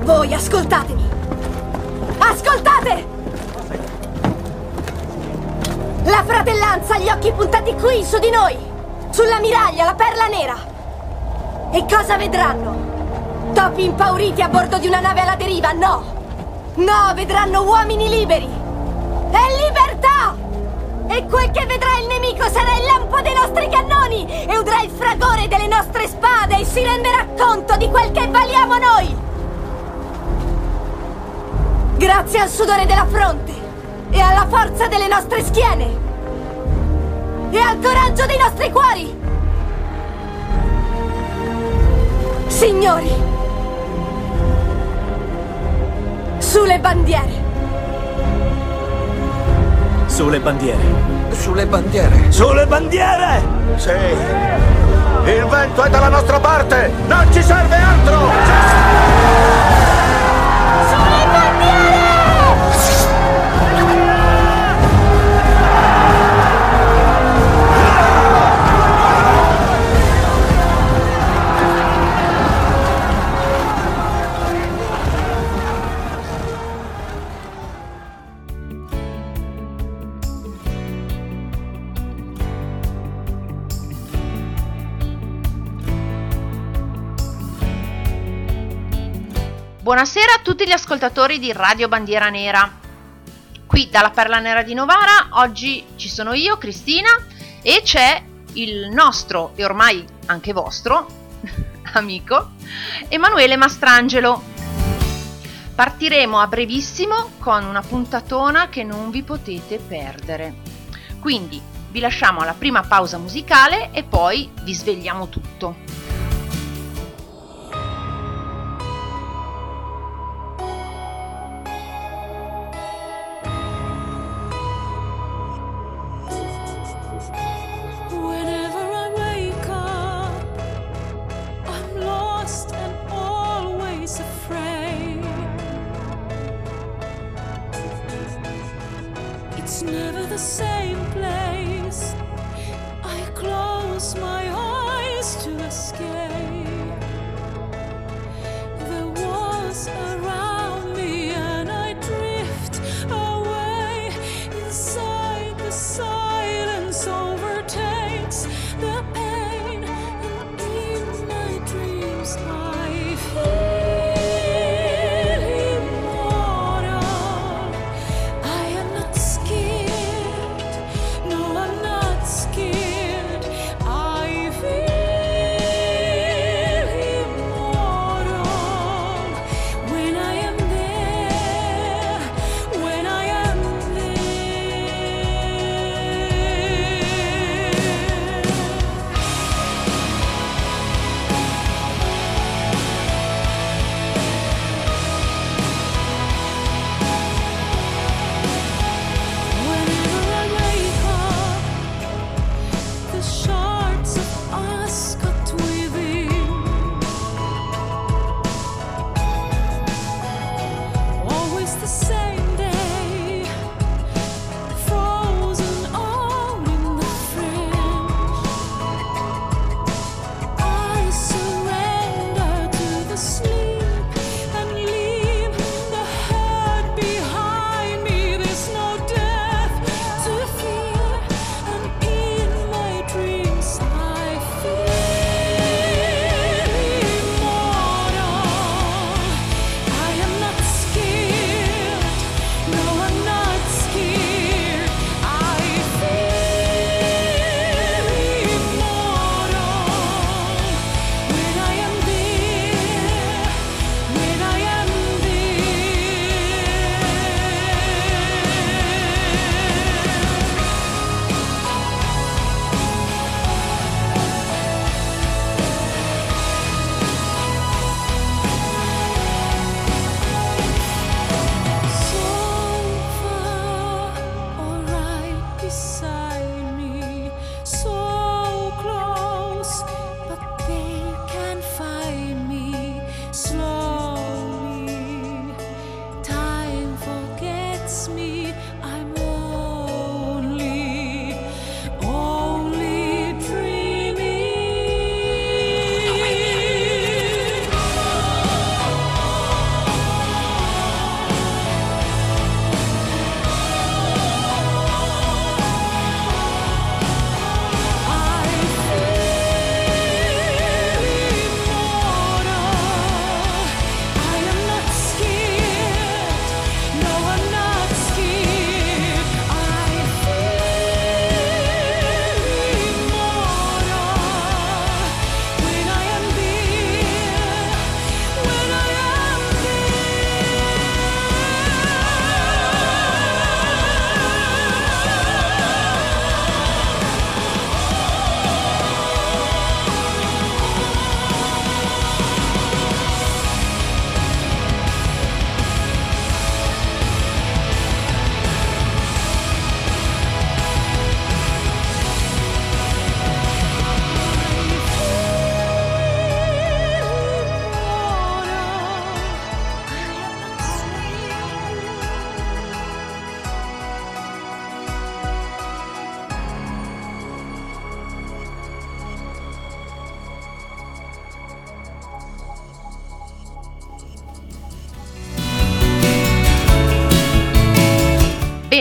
Voi ascoltatemi! Ascoltate! La fratellanza ha gli occhi puntati qui, su di noi! Sulla miraglia, la perla nera! E cosa vedranno? Topi impauriti a bordo di una nave alla deriva? No! No, vedranno uomini liberi! E libertà! E quel che vedrà il nemico sarà il lampo dei nostri cannoni! E udrà il fragore delle nostre spade e si renderà conto di quel che valiamo noi! Grazie al sudore della fronte e alla forza delle nostre schiene e al coraggio dei nostri cuori! Signori, sulle bandiere! Sulle bandiere! Sulle bandiere! Sulle bandiere! Sì! Il vento è dalla nostra parte! Non ci serve altro! Buonasera a tutti gli ascoltatori di Radio Bandiera Nera. Qui dalla Perla Nera di Novara, oggi ci sono io, Cristina, e c'è il nostro, e ormai anche vostro, amico, Emanuele Mastrangelo. Partiremo a brevissimo con una puntatona che non vi potete perdere. Quindi vi lasciamo alla prima pausa musicale e poi vi svegliamo tutto. It's never the same place. I close my eyes to escape the walls around me, and I drift away. Inside the silence overtakes the pain, and in my dreams I feel immortal. I am not scared.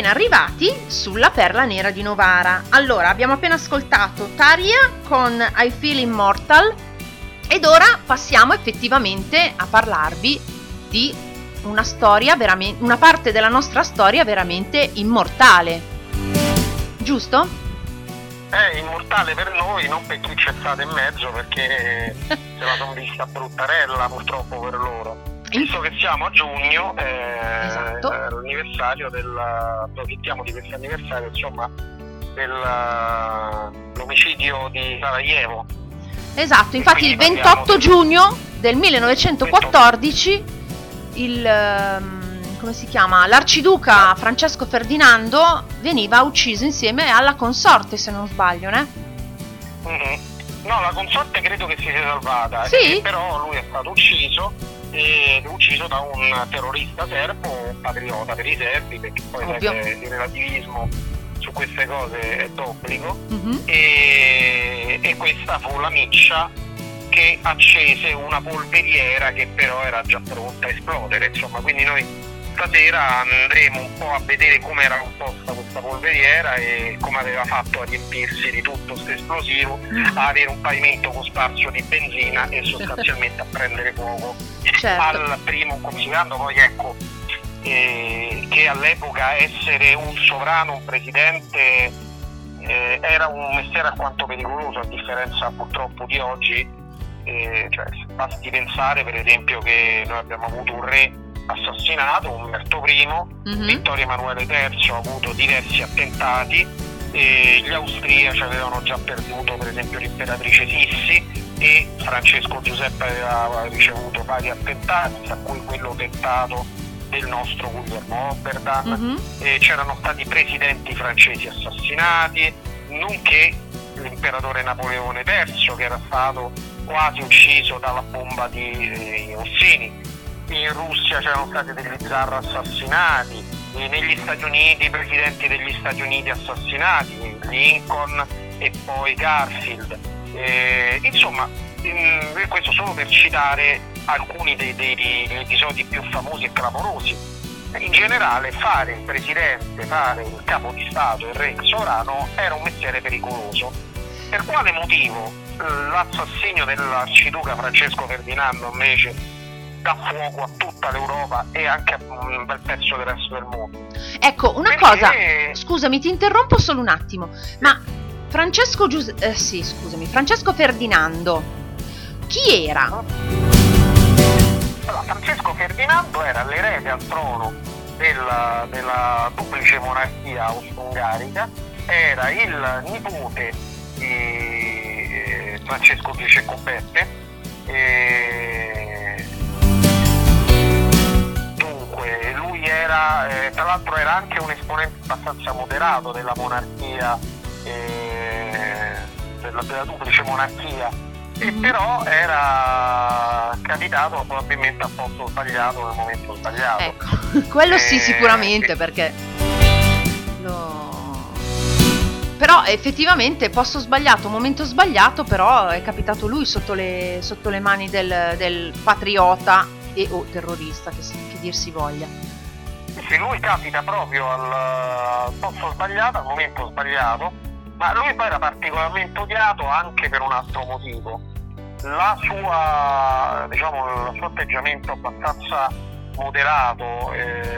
arrivati sulla Perla Nera di Novara. Allora, abbiamo appena ascoltato Tarja con I Feel Immortal ed ora passiamo effettivamente a parlarvi di una storia veramente, una parte della nostra storia veramente immortale. Giusto? È immortale per noi, non per chi c'è stato in mezzo, perché se la sono vista bruttarella purtroppo per loro. Visto che siamo a giugno, Esatto. l'anniversario approfittiamo di questo anniversario, insomma, dell'omicidio di Sarajevo. Esatto, infatti il quindi 28 giugno del 1914 come si chiama? L'arciduca Francesco Ferdinando veniva ucciso insieme alla consorte, se non sbaglio, né? Mm-hmm. No, la consorte credo che si sia salvata, Sì? però lui è stato ucciso da un terrorista serbo, un patriota per i serbi, perché poi Ovvio. il relativismo su queste cose è d'obbligo. Mhm. E questa fu la miccia che accese una polveriera che però era già pronta a esplodere, insomma. Quindi noi stasera andremo un po' a vedere come era composta questa polveriera e come aveva fatto a riempirsi di tutto questo esplosivo, a avere un pavimento cosparso di benzina e sostanzialmente a prendere fuoco Certo. al primo, considerando poi ecco che all'epoca essere un sovrano, un presidente era un mestiere alquanto pericoloso, a differenza purtroppo di oggi. Cioè, basti pensare per esempio che noi abbiamo avuto un re assassinato, Umberto I, Mhm. Vittorio Emanuele III ha avuto diversi attentati, gli austriaci avevano già perduto per esempio l'imperatrice Sissi e Francesco Giuseppe aveva ricevuto vari attentati, tra cui quello tentato del nostro Guglielmo Oberdan. Mhm. C'erano stati presidenti francesi assassinati, nonché l'imperatore Napoleone III che era stato quasi ucciso dalla bomba di Orsini. In Russia c'erano stati degli zar assassinati, negli Stati Uniti i presidenti degli Stati Uniti assassinati, Lincoln e poi Garfield. Insomma, questo solo per citare alcuni degli episodi più famosi e clamorosi. In generale fare il presidente, fare il capo di Stato, il re, il sovrano era un mestiere pericoloso. Per quale motivo l'assassinio dell'arciduca Francesco Ferdinando invece dà fuoco a tutta l'Europa e anche a un bel pezzo del resto del mondo? Ecco, una Perché- cosa, scusami, ti interrompo solo un attimo, ma Francesco Ferdinando, chi era? Allora, Francesco Ferdinando era l'erede al trono della duplice monarchia austro-ungarica, era il nipote di Francesco Giuseppe Beppe, dunque lui era, tra l'altro era anche un esponente abbastanza moderato della monarchia, della duplice monarchia, e però era capitato probabilmente al posto sbagliato nel momento sbagliato. Ecco, quello sì Eh, sicuramente, perché però effettivamente posto sbagliato, momento sbagliato, però è capitato lui sotto le mani del patriota e o terrorista, che dir si voglia. Se lui capita proprio al posto sbagliato, al momento sbagliato, ma lui poi era particolarmente odiato anche per un altro motivo. Il suo atteggiamento abbastanza moderato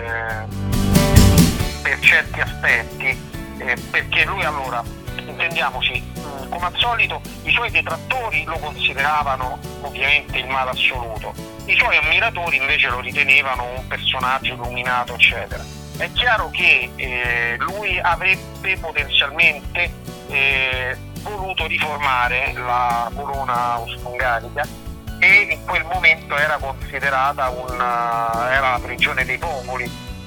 per certi aspetti, perché lui, allora, intendiamoci, come al solito i suoi detrattori lo consideravano ovviamente il male assoluto, i suoi ammiratori invece lo ritenevano un personaggio illuminato, eccetera. È chiaro che lui avrebbe potenzialmente voluto riformare la corona austro-ungarica, e in quel momento era considerata era la prigione dei popoli,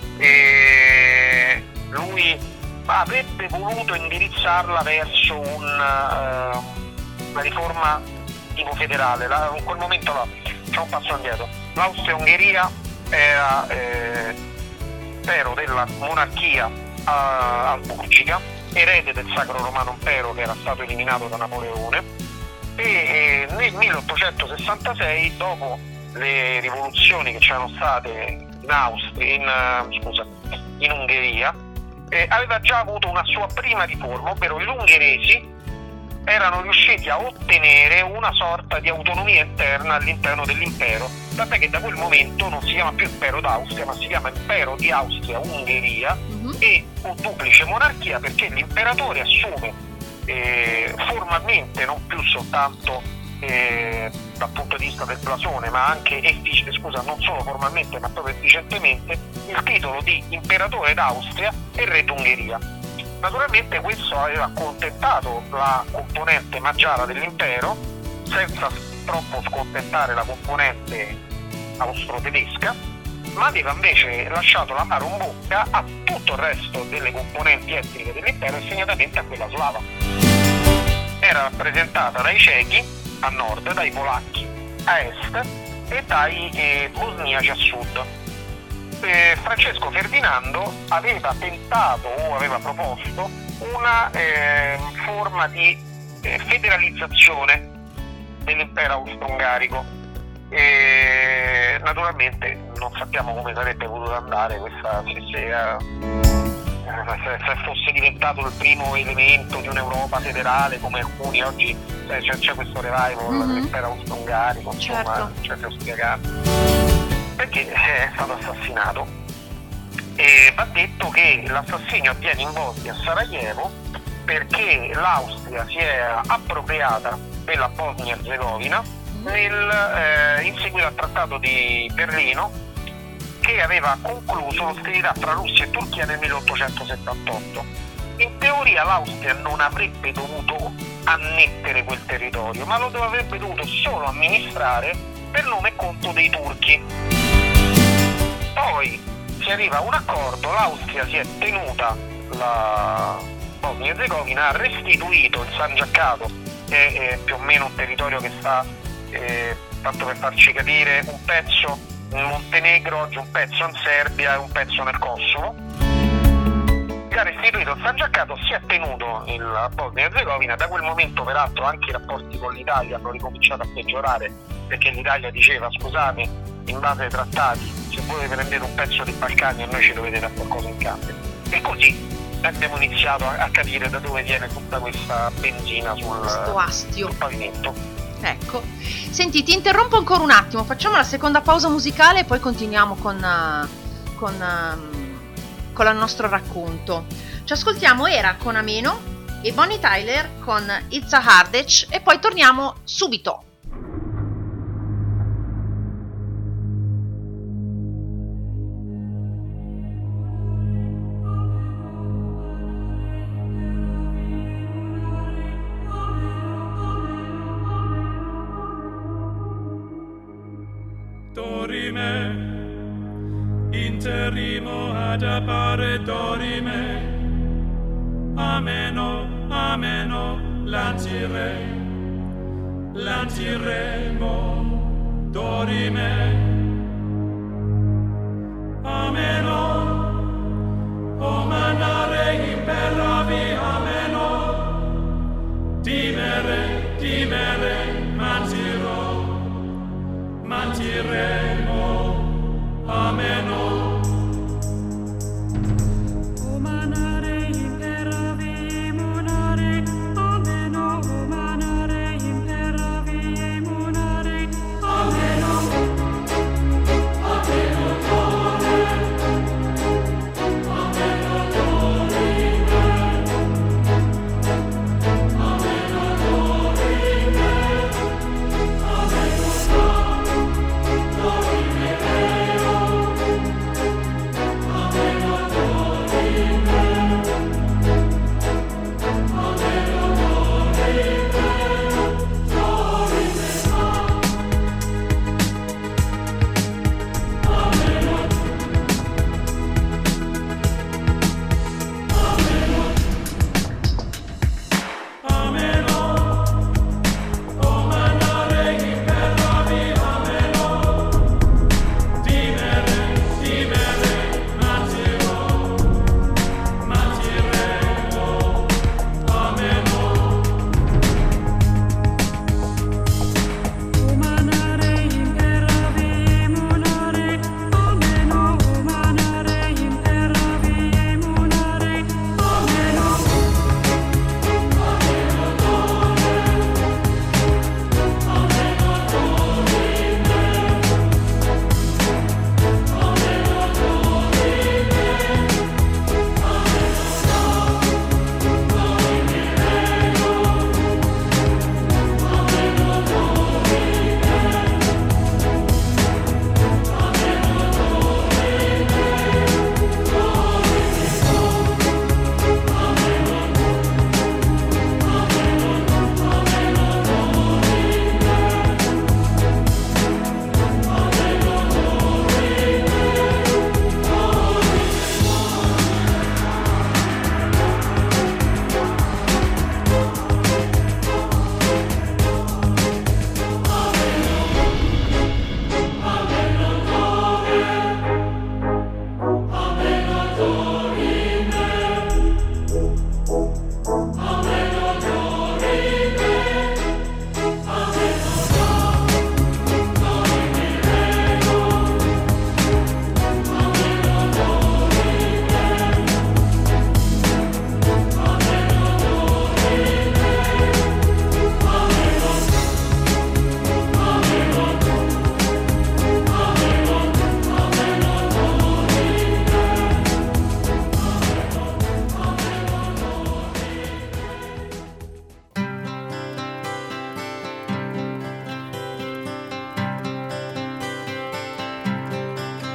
e lui avrebbe voluto indirizzarla verso una riforma tipo federale. In quel momento facciamo un passo indietro. L'Austria-Ungheria era impero della monarchia asburgica, erede del Sacro Romano Impero che era stato eliminato da Napoleone, e nel 1866, dopo le rivoluzioni che c'erano state in Ungheria, aveva già avuto una sua prima riforma, ovvero gli ungheresi erano riusciti a ottenere una sorta di autonomia interna all'interno dell'impero, tant'è che da quel momento non si chiama più impero d'Austria, ma si chiama impero di Austria-Ungheria e o duplice monarchia, perché l'imperatore assume formalmente, non più soltanto dal punto di vista del blasone, ma anche non solo formalmente ma proprio efficientemente, il titolo di imperatore d'Austria e re d'Ungheria. Naturalmente questo aveva accontentato la componente magiara dell'impero, senza troppo scontentare la componente austro-tedesca, ma aveva invece lasciato l'amaro in bocca a tutto il resto delle componenti etniche dell'impero e segnatamente a quella slava. Era rappresentata dai cechi a nord, dai polacchi a est e dai bosniaci a sud. Francesco Ferdinando aveva tentato o aveva proposto una forma di federalizzazione dell'impero austro-ungarico. Naturalmente non sappiamo come sarebbe potuto andare questa, se fosse diventato il primo elemento di un'Europa federale, come alcuni oggi c'è questo revival dell'impero austro-ungarico, insomma, certo spiegato. Perché è stato assassinato, e va detto che l'assassinio avviene in Bosnia, a Sarajevo, perché l'Austria si è appropriata della Bosnia-Herzegovina in seguito al trattato di Berlino, che aveva concluso l'ostilità tra Russia e Turchia nel 1878. In teoria l'Austria non avrebbe dovuto annettere quel territorio, ma lo avrebbe dovuto solo amministrare per nome e conto dei turchi. Poi si arriva a un accordo, l'Austria si è tenuta la Bosnia-Herzegovina, ha restituito il San Giaccato, che è più o meno un territorio che sta, tanto per farci capire, un pezzo in Montenegro, oggi un pezzo in Serbia e un pezzo nel Kosovo. Ha restituito il San Giaccato, si è tenuto la Bosnia-Herzegovina. Da quel momento peraltro anche i rapporti con l'Italia hanno ricominciato a peggiorare, perché l'Italia diceva: scusate, in base ai trattati, se voi prendete un pezzo dei Balcani a noi ci dovete dare qualcosa in cambio. E così abbiamo iniziato a capire da dove viene tutta questa benzina sul pavimento. Ecco, senti, ti interrompo ancora un attimo, facciamo la seconda pausa musicale e poi continuiamo con il nostro racconto. Ci ascoltiamo Era con Ameno e Bonnie Tyler con It's a Hardage e poi torniamo subito. Dorime, interrimo ad appare dorime, ameno, ameno, lantiremo, dorime, ameno, o manare imperavi, ameno, dimere, mantiremo, ameno. O manare imperavi, monare, ameno, o manare imperavi, monare, ameno.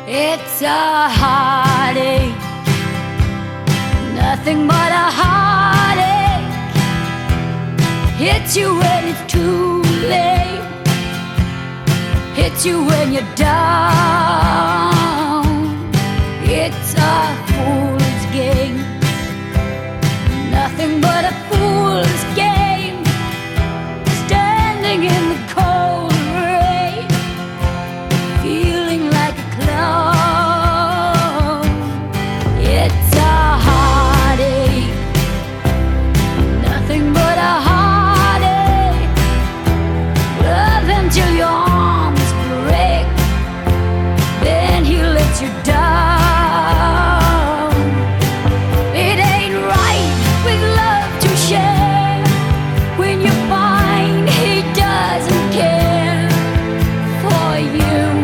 It's a heartache, nothing but a heartache. Hits you when it's too late, hits you when you're down. It's a fool's game, nothing but a fool's game. Standing in the cold rain, feeling like a clown. It's a heartache, nothing but a heartache. Love until your arms break, then he lets you down. It ain't right with love to share when you find he doesn't care for you.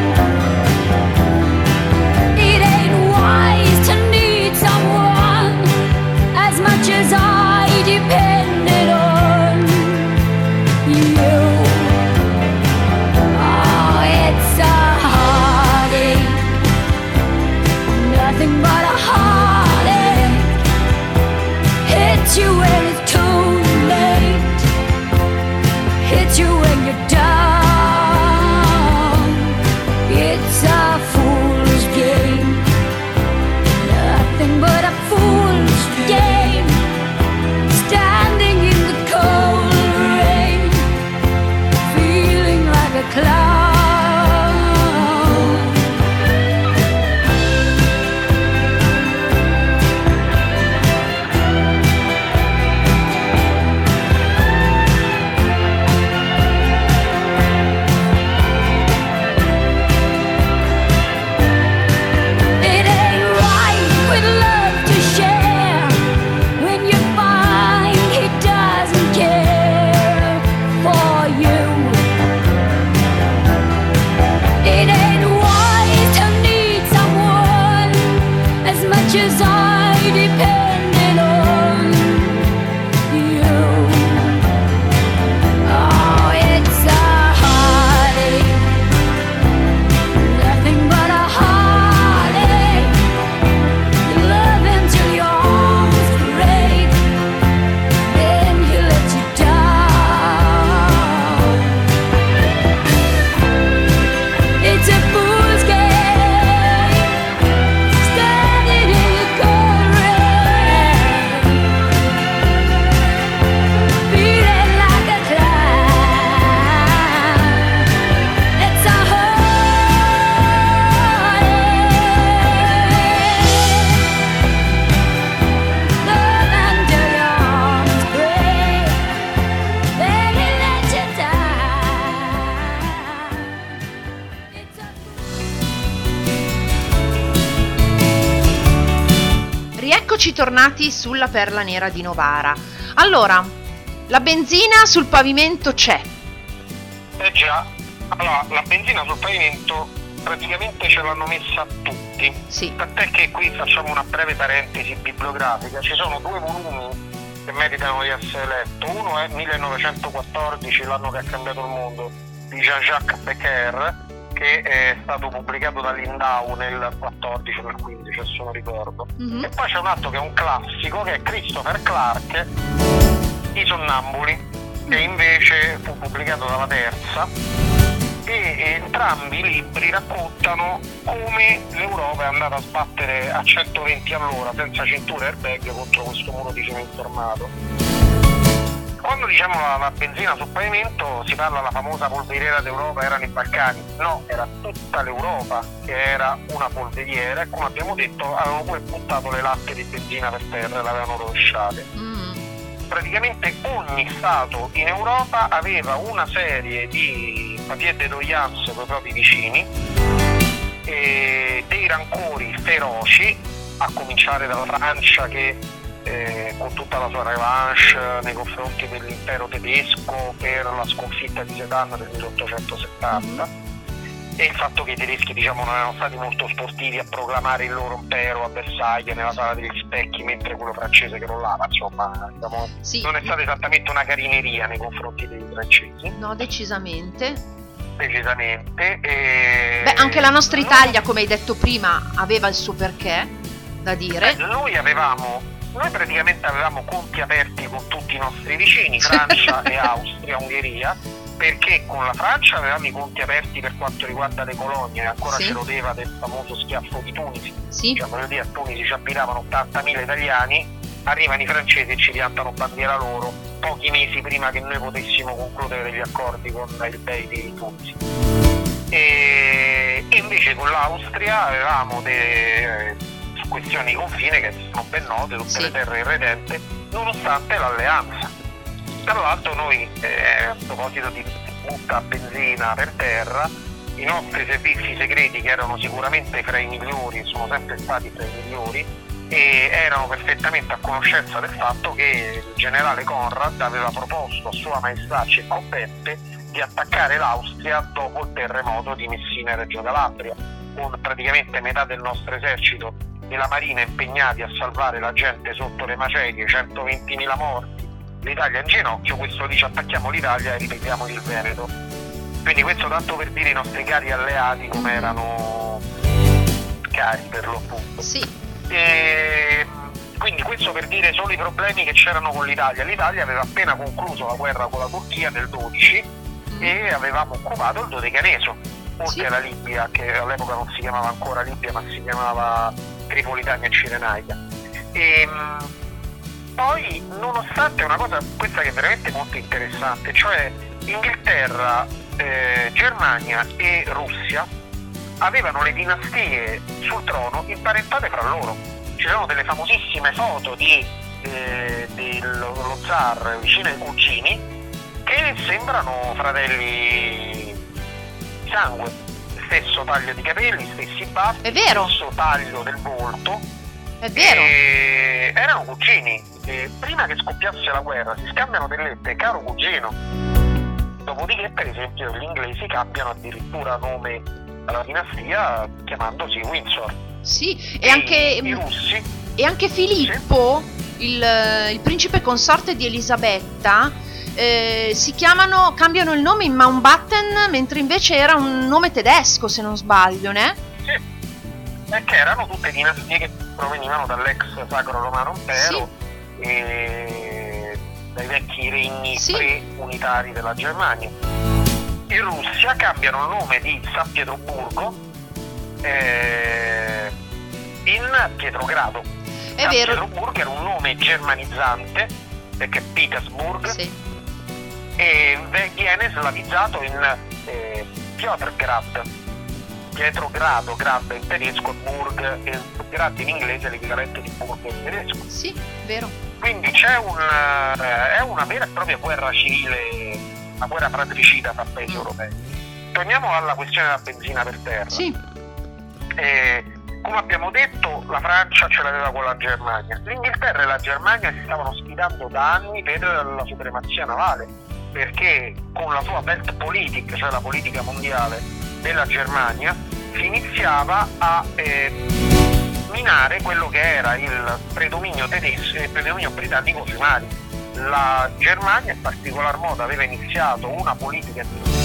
It ain't wise to need someone as much as I depended on you. Oh, it's a heartache, nothing but a heartache. Hits you when it's too late, hits you when you're down. It's a fool's game, nothing but a fool's game. Standing in the cold rain, feeling like a clown. It ain't right with love to share when you find he doesn't care for you. It ain't wise to need someone as much as I depended on you. Oh, it's a heartache, nothing but a heartache. You love until your arms break, then he lets you down. It's a fool's game, standing in the cold rain, feeling like a clown. It's a heartache, love until your arms break, then he lets you down. It's a Rieccoci tornati sulla Perla Nera di Novara. Allora, la benzina sul pavimento c'è. Eh già, allora la benzina sul pavimento praticamente ce l'hanno messa tutti. Sì. Tant'è che qui facciamo una breve parentesi bibliografica. Ci sono due volumi che meritano di essere letto. Uno è 1914, l'anno che ha cambiato il mondo, di Jean-Jacques Becker, che è stato pubblicato da Lindau nel 14 o nel 15, adesso non ricordo. Mhm. E poi c'è un altro che è un classico, che è Christopher Clark, I Sonnambuli, che invece fu pubblicato dalla Terza, e entrambi i libri raccontano come l'Europa è andata a sbattere a 120 all'ora senza cintura airbag contro questo muro di cemento armato. Quando diciamo la benzina sul pavimento si parla della famosa polveriera d'Europa, erano i Balcani. No, era tutta l'Europa che era una polveriera, e come abbiamo detto avevano pure buttato le latte di benzina per terra e le avevano rovesciate. Praticamente ogni stato in Europa aveva una serie di papier de doyance con i propri vicini, e dei rancori feroci, a cominciare dalla Francia che con tutta la sua revanche nei confronti dell'impero tedesco per la sconfitta di Sedan del 1870, e il fatto che i tedeschi non erano stati molto sportivi a proclamare il loro impero a Versailles nella sala degli specchi, mentre quello francese crollava, insomma Sì. non è stata esattamente una carineria nei confronti dei francesi. No, decisamente. Decisamente. Beh, anche la nostra Italia, come hai detto prima, aveva il suo perché da dire. Noi praticamente avevamo conti aperti con tutti i nostri vicini, Francia e Austria, Ungheria, perché con la Francia avevamo i conti aperti per quanto riguarda le colonie, ancora Sì. ce lo deva del famoso schiaffo di Tunisi. Sì. Cioè, voglio dire, a Tunisi ci abitavano 80.000 italiani, arrivano i francesi e ci piantano bandiera loro pochi mesi prima che noi potessimo concludere degli accordi con il Bey di Tunisi. E invece con l'Austria avevamo questioni di confine che sono ben note, tutte Sì. le terre irredente, nonostante l'alleanza. Tra l'altro noi, a proposito di butta benzina per terra, i nostri servizi segreti, che erano sicuramente fra i migliori, sono sempre stati fra i migliori, e erano perfettamente a conoscenza del fatto che il generale Conrad aveva proposto a Sua Maestà Cecco Beppe di attaccare l'Austria dopo il terremoto di Messina e Reggio Calabria, con praticamente metà del nostro esercito e la marina impegnati a salvare la gente sotto le macerie, 120.000 morti, l'Italia in ginocchio. Questo dice: attacchiamo l'Italia e ripetiamo il Veneto. Quindi questo tanto per dire i nostri cari alleati come erano cari per l'appunto. Sì. E quindi questo per dire solo i problemi che c'erano con l'Italia. L'Italia aveva appena concluso la guerra con la Turchia nel 12 e avevamo occupato il Dodecaneso, oltre Sì. alla Libia, che all'epoca non si chiamava ancora Libia ma si chiamava Tripolitania e Cirenaica. E poi, nonostante una cosa, questa che è veramente molto interessante, cioè Inghilterra, Germania e Russia avevano le dinastie sul trono imparentate fra loro. Ci sono delle famosissime foto dello zar vicino ai cugini che sembrano fratelli di sangue, stesso taglio di capelli, stessi baffi, È vero. stesso taglio del volto. È vero. Erano cugini. Prima che scoppiasse la guerra si scambiano delle lettere, caro cugino. Dopodiché, per esempio, gli inglesi cambiano addirittura nome alla dinastia chiamandosi Windsor. Sì, E e anche, i russi, e anche Filippo, il principe consorte di Elisabetta, cambiano il nome in Mountbatten, mentre invece era un nome tedesco, se non sbaglio, né? sì, perché erano tutte dinastie che provenivano dall'ex Sacro Romano Impero e dai vecchi regni Sì. pre-unitari della Germania. In Russia cambiano il nome di San Pietroburgo in Pietrogrado. È San vero. Pietroburgo era un nome germanizzante, perché Petersburg, Sì. e viene slavizzato in Piotrgrad. Pietrogrado, grad in tedesco, Burg, e grad in inglese, l'equivalente di Burg in tedesco. Sì, vero. Quindi è una vera e propria guerra civile, una guerra fratricida tra paesi europei. Torniamo alla questione della benzina per terra. Sì. Come abbiamo detto, la Francia ce l'aveva con la Germania. L'Inghilterra e la Germania si stavano sfidando da anni per la supremazia navale, perché con la sua Belt Politik, cioè la politica mondiale della Germania, si iniziava a minare quello che era il predominio tedesco e il predominio britannico sui mari. La Germania in particolar modo aveva iniziato una politica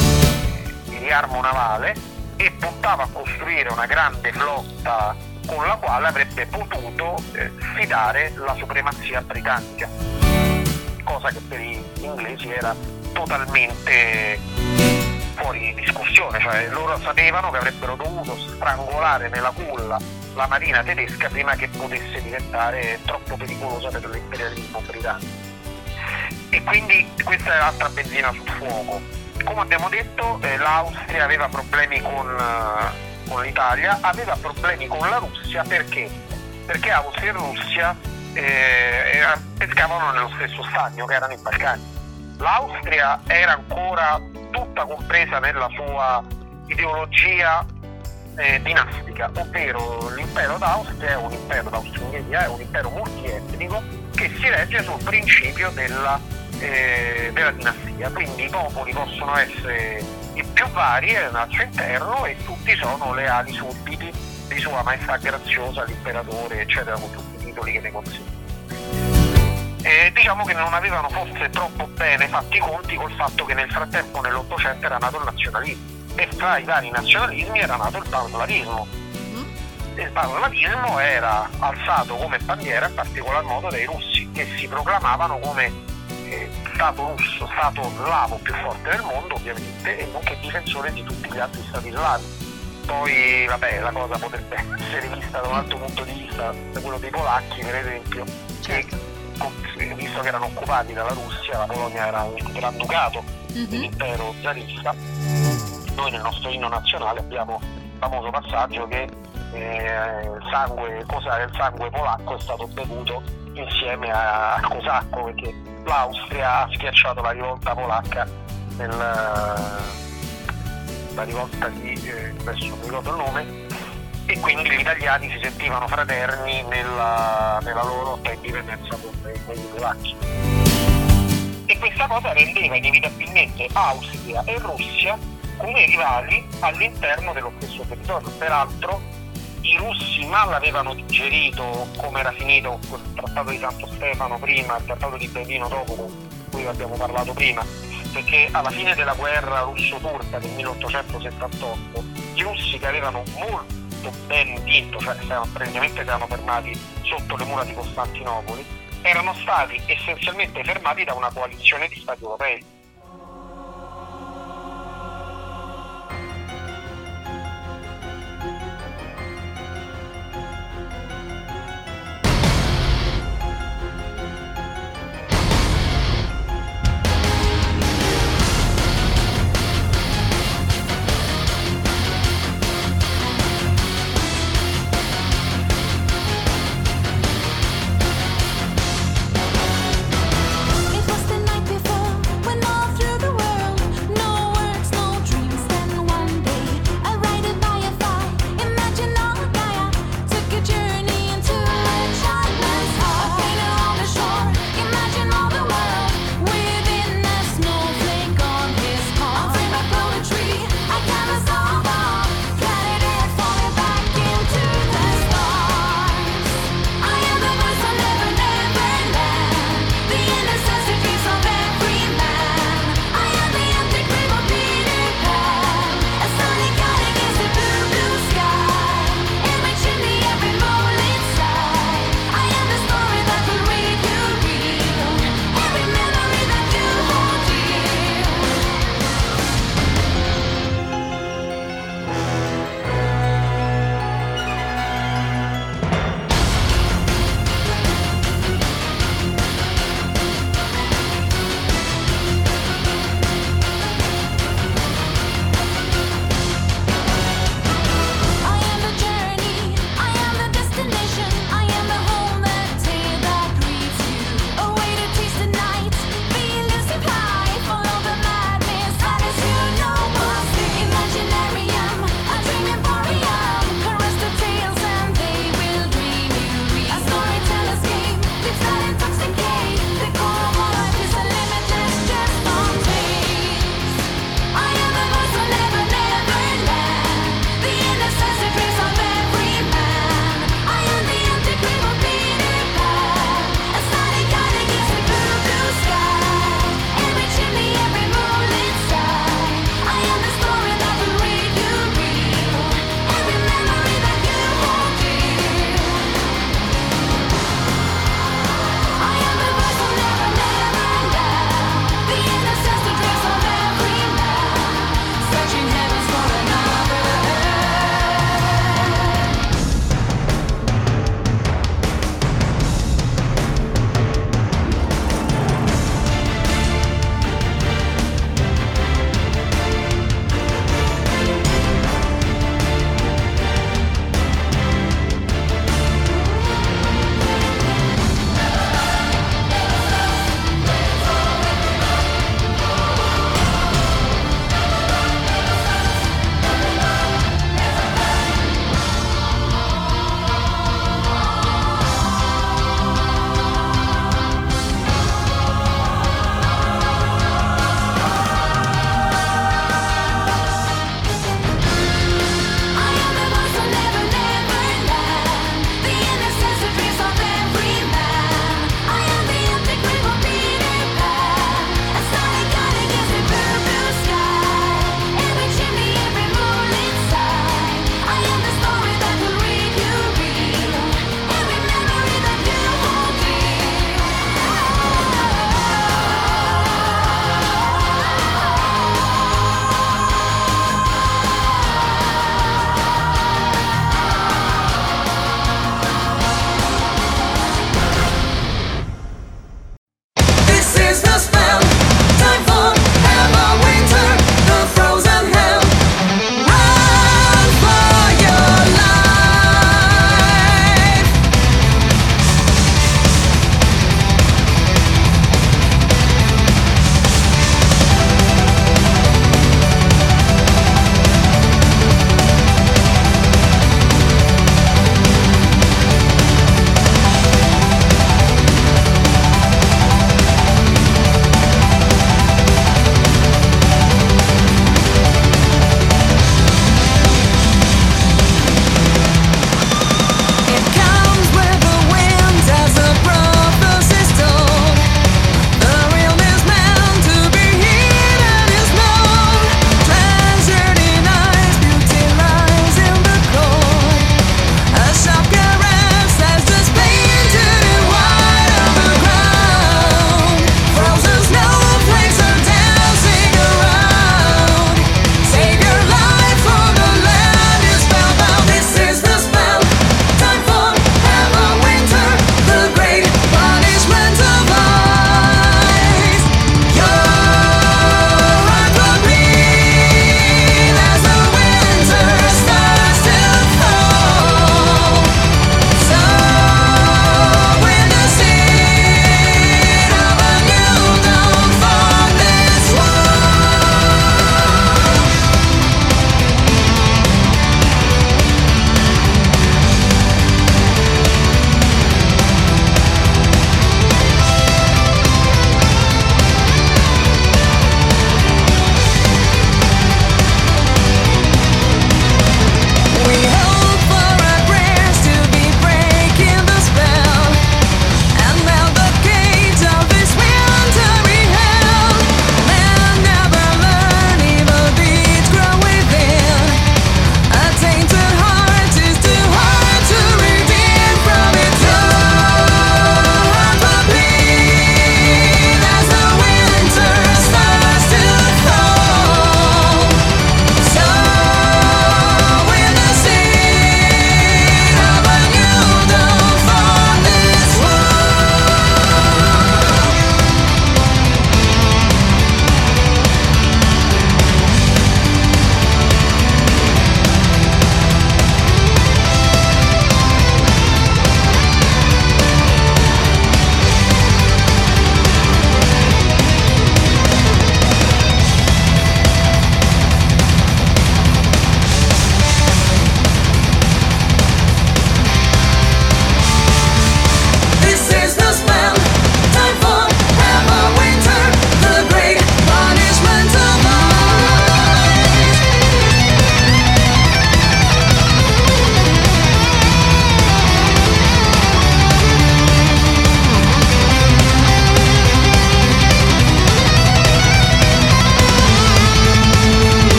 di riarmo navale e puntava a costruire una grande flotta con la quale avrebbe potuto sfidare la supremazia britannica, cosa che per gli inglesi era totalmente fuori discussione, cioè loro sapevano che avrebbero dovuto strangolare nella culla la marina tedesca prima che potesse diventare troppo pericolosa per l'imperialismo britannico. E quindi questa è l'altra benzina sul fuoco. Come abbiamo detto, l'Austria aveva problemi con l'Italia, aveva problemi con la Russia perché Austria e Russia pescavano nello stesso stagno, che erano i Balcani. L'Austria era ancora tutta compresa nella sua ideologia dinastica, ovvero l'impero d'Austria è un impero d'Austria-Ungheria, è un impero multietnico che si regge sul principio della dinastia, quindi i popoli possono essere i più vari al suo interno e tutti sono leali sudditi di Sua Maestà Graziosa, l'imperatore, eccetera, con tutti i titoli che ne consegna. Diciamo che non avevano forse troppo bene fatti i conti col fatto che nel frattempo nell'Ottocento era nato il nazionalismo. e fra i vari nazionalismi era nato il panslavismo. Il panslavismo era alzato come bandiera in particolar modo dai russi, che si proclamavano come Stato russo, Stato slavo più forte del mondo ovviamente, e nonché difensore di tutti gli altri stati slavi. Poi vabbè, la cosa potrebbe essere vista da un altro punto di vista, da quello dei polacchi per esempio, che visto che erano occupati dalla Russia, la Polonia era un granducato dell'impero zarista. Noi nel nostro inno nazionale abbiamo il famoso passaggio che il sangue polacco è stato bevuto insieme al cosacco, perché l'Austria ha schiacciato la rivolta polacca la rivolta di adesso non mi ricordo il nome, e quindi gli italiani si sentivano fraterni nella loro lotta indipendenza con i polacchi. E questa cosa rendeva inevitabilmente Austria e Russia come rivali all'interno dello stesso territorio. Peraltro i russi mal avevano digerito come era finito quel trattato di Santo Stefano prima, il trattato di Berlino dopo, di cui abbiamo parlato prima, perché alla fine della guerra russo-turca del 1878 i russi, che avevano molto ben vinto, cioè praticamente si erano fermati sotto le mura di Costantinopoli, erano stati essenzialmente fermati da una coalizione di stati europei.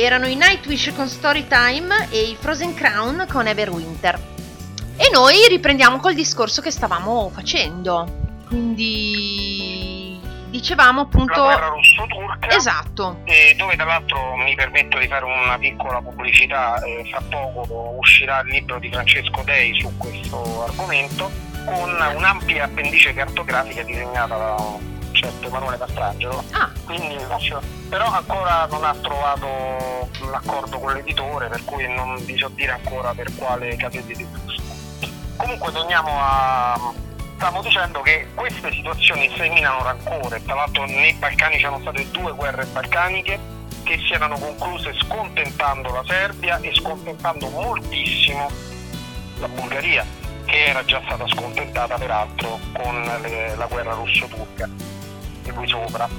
erano i Nightwish con Storytime e i Frozen Crown con Everwinter. E noi riprendiamo col discorso che stavamo facendo. Quindi dicevamo appunto la guerra russo-turca. Esatto. Dove tra l'altro mi permetto di fare una piccola pubblicità, fra poco uscirà il libro di Francesco Dei su questo argomento, con un'ampia appendice cartografica disegnata da un certo Emanuele Castrangelo. Quindi, però ancora non ha trovato l'accordo con l'editore, per cui non vi so dire ancora per quale capite di giusto. Comunque stavamo dicendo che queste situazioni seminano rancore. Tra l'altro nei Balcani c'erano state 2 guerre balcaniche che si erano concluse scontentando la Serbia e scontentando moltissimo la Bulgaria, che era già stata scontentata peraltro con la guerra russo-turca di cui sopra.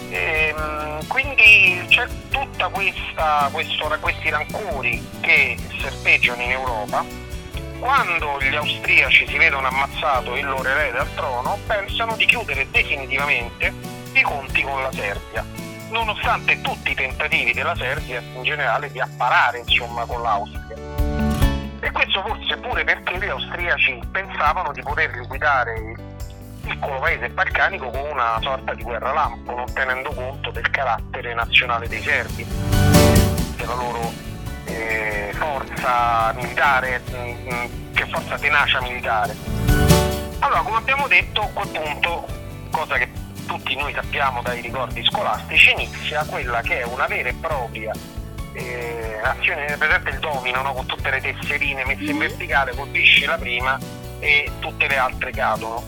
Quindi c'è tutta questi rancori che serpeggiano in Europa. Quando gli austriaci si vedono ammazzato il loro erede al trono, pensano di chiudere definitivamente i conti con la Serbia, nonostante tutti i tentativi della Serbia in generale di apparare con l'Austria. E questo forse pure perché gli austriaci pensavano di poter liquidare il piccolo paese balcanico con una sorta di guerra lampo, non tenendo conto del carattere nazionale dei serbi, della loro forza militare, che forza tenacia militare. Allora, come abbiamo detto, a quel punto, cosa che tutti noi sappiamo dai ricordi scolastici, inizia quella che è una vera e propria azione, presente il domino, no? Con tutte le tesserine messe in verticale, colpisci la prima e tutte le altre cadono.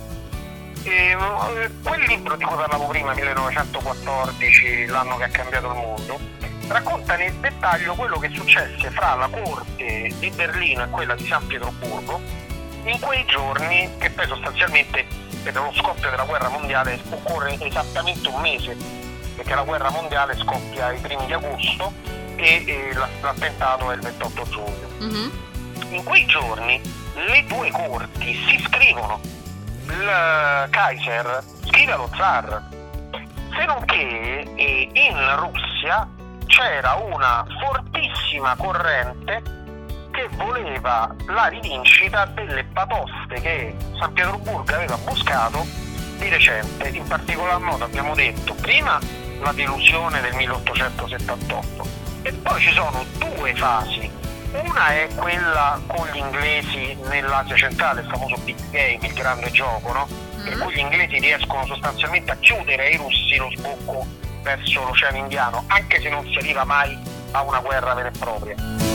Quel libro di cui parlavo prima, 1914, l'anno che ha cambiato il mondo, racconta nel dettaglio quello che successe fra la corte di Berlino e quella di San Pietroburgo in quei giorni, che poi sostanzialmente per lo scoppio della guerra mondiale occorre esattamente un mese, perché la guerra mondiale scoppia ai primi di agosto e l'attentato è il 28 giugno. In quei giorni le 2 corti si scrivono, il Kaiser scrive allo zar, se non che in Russia c'era una fortissima corrente che voleva la rivincita delle batoste che San Pietroburgo aveva buscato di recente. In particolar modo abbiamo detto prima la delusione del 1878 e poi ci sono 2 fasi. Una è quella con gli inglesi nell'Asia centrale, il famoso Big Game, il grande gioco, no? Per cui gli inglesi riescono sostanzialmente a chiudere ai russi lo sbocco verso l'Oceano Indiano, anche se non si arriva mai a una guerra vera e propria.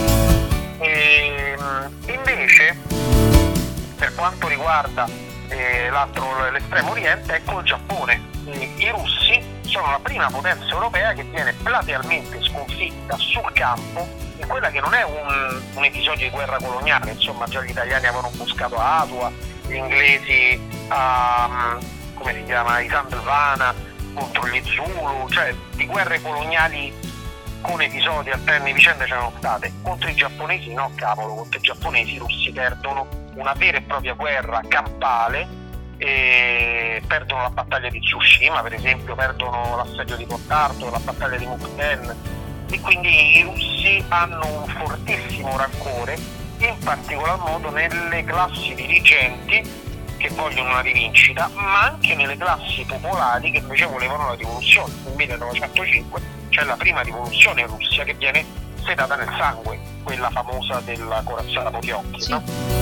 Invece, per quanto riguarda l'estremo oriente, ecco il Giappone. I russi sono la prima potenza europea che viene platealmente sconfitta sul campo in quella che non è un episodio di guerra coloniale. Insomma, già gli italiani avevano buscato a Adua, gli inglesi a i Sandvana contro gli Zulu, cioè di guerre coloniali con episodi alterni vicende c'erano state. Contro i giapponesi no, cavolo, contro i giapponesi i russi perdono una vera e propria guerra campale, e perdono la battaglia di Tsushima, per esempio, perdono l'assedio di Port Arthur, la battaglia di Mukden, e quindi i russi hanno un fortissimo rancore, in particolar modo nelle classi dirigenti che vogliono una rivincita, ma anche nelle classi popolari che invece volevano la rivoluzione. Nel 1905 c'è la prima rivoluzione in Russia che viene sedata nel sangue, quella famosa della corazzata Potiocchi, sì. No?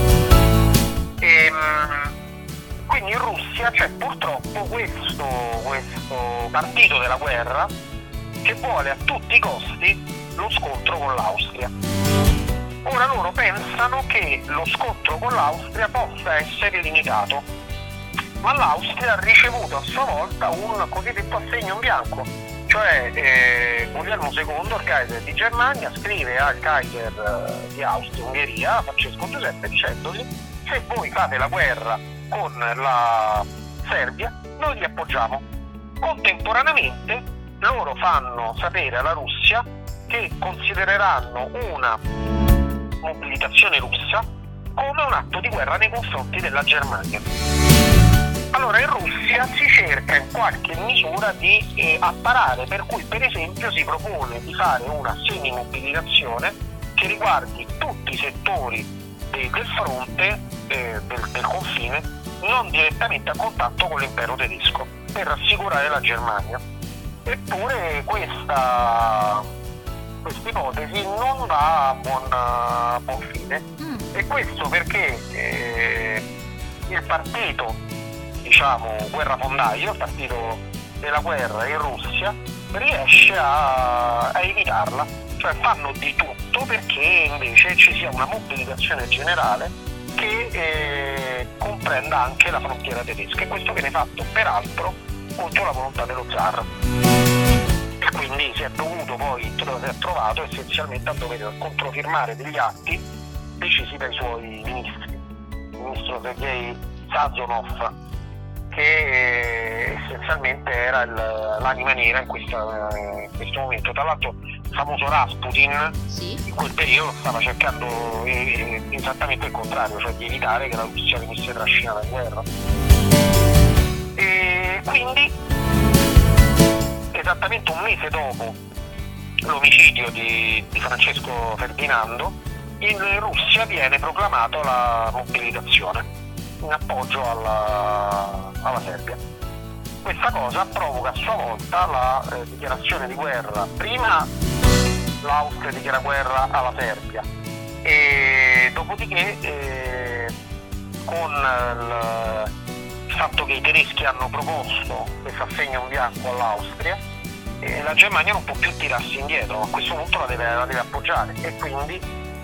Quindi in Russia c'è purtroppo questo partito della guerra che vuole a tutti i costi lo scontro con l'Austria. Ora loro pensano che lo scontro con l'Austria possa essere limitato, ma l'Austria ha ricevuto a sua volta un cosiddetto assegno in bianco, cioè Guglielmo II, il Kaiser di Germania, scrive al Kaiser di Austria-Ungheria, Francesco Giuseppe, dicendogli: se voi fate la guerra con la Serbia, noi li appoggiamo. Contemporaneamente loro fanno sapere alla Russia che considereranno una mobilitazione russa come un atto di guerra nei confronti della Germania. Allora in Russia si cerca in qualche misura di apparare, per cui per esempio si propone di fare una semimobilitazione che riguardi tutti i settori del fronte, del confine, non direttamente a contatto con l'impero tedesco, per rassicurare la Germania. Eppure questa ipotesi non va a buon fine, e questo perché il partito, diciamo, guerrafondaio, il partito della guerra in Russia, riesce a evitarla, cioè fanno di tutto perché invece ci sia una mobilitazione generale che comprenda anche la frontiera tedesca, e questo viene fatto peraltro contro la volontà dello zar, e quindi si è trovato essenzialmente a dover controfirmare degli atti decisi dai suoi ministri, il ministro Sergei Sazonov, che essenzialmente era l'anima nera in questo momento. Tra l'altro il famoso Rasputin in quel periodo stava cercando esattamente il contrario, cioè di evitare che la Russia venisse trascinata in guerra. E quindi esattamente un mese dopo l'omicidio di Francesco Ferdinando, in Russia viene proclamata la mobilitazione in appoggio alla Serbia. Questa cosa provoca a sua volta la dichiarazione di guerra. Prima l'Austria dichiara guerra alla Serbia, e dopodiché con il fatto che i tedeschi hanno proposto questo assegno in bianco all'Austria, la Germania non può più tirarsi indietro, a questo punto la deve appoggiare, e quindi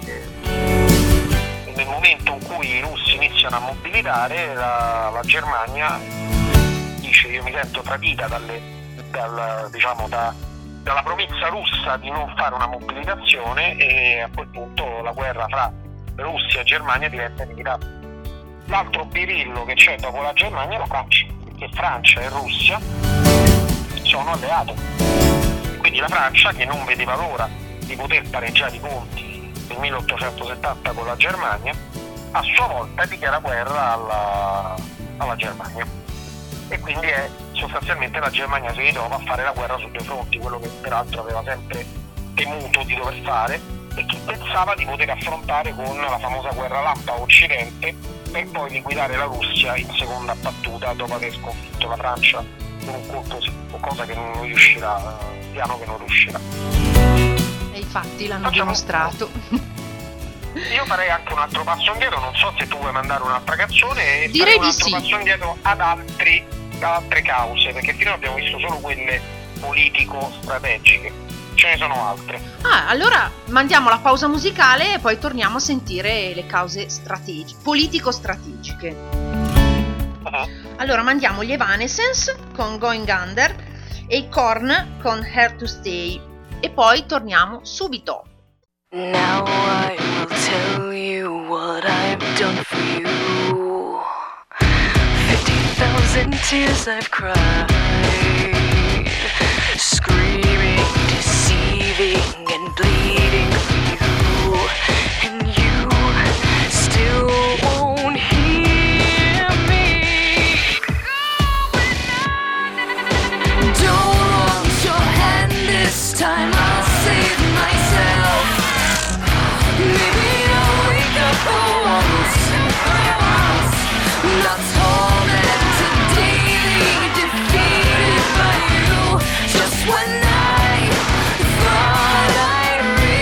nel momento in cui i russi iniziano a mobilitare, la Germania dice: io mi sento tradita dalla promessa russa di non fare una mobilitazione, e a quel punto la guerra fra Russia e Germania diventa inevitabile. L'altro birillo che c'è dopo la Germania è la Francia, perché Francia e Russia sono alleate, quindi la Francia, che non vedeva l'ora di poter pareggiare i conti nel 1870 con la Germania, a sua volta dichiara guerra alla Germania, e quindi sostanzialmente la Germania si ritrova a fare la guerra su due fronti, quello che peraltro aveva sempre temuto di dover fare e che pensava di poter affrontare con la famosa guerra lampo a Occidente, per poi liquidare la Russia in seconda battuta dopo aver sconfitto la Francia con un colpo secco, cosa che non riuscirà, piano che non riuscirà. E infatti l'hanno dimostrato. Io farei anche un altro passo indietro, non so se tu vuoi mandare un'altra canzone, e direi un di altro sì. Passo indietro ad altre cause, perché finora abbiamo visto solo quelle politico-strategiche, ce ne sono altre. Allora mandiamo la pausa musicale e poi torniamo a sentire le cause politico-strategiche. Allora mandiamo gli Evanescence con Going Under e i Korn con Here to Stay, e poi torniamo subito. Now I will tell you what I've done for you. 50,000 tears I've cried, screaming, deceiving and bleeding for you, and you still won't hear me. Don't want your hand this time, I'll save myself. Maybe I'll wake up for once, not tormented, daily defeated by you. Just when I thought I'd reach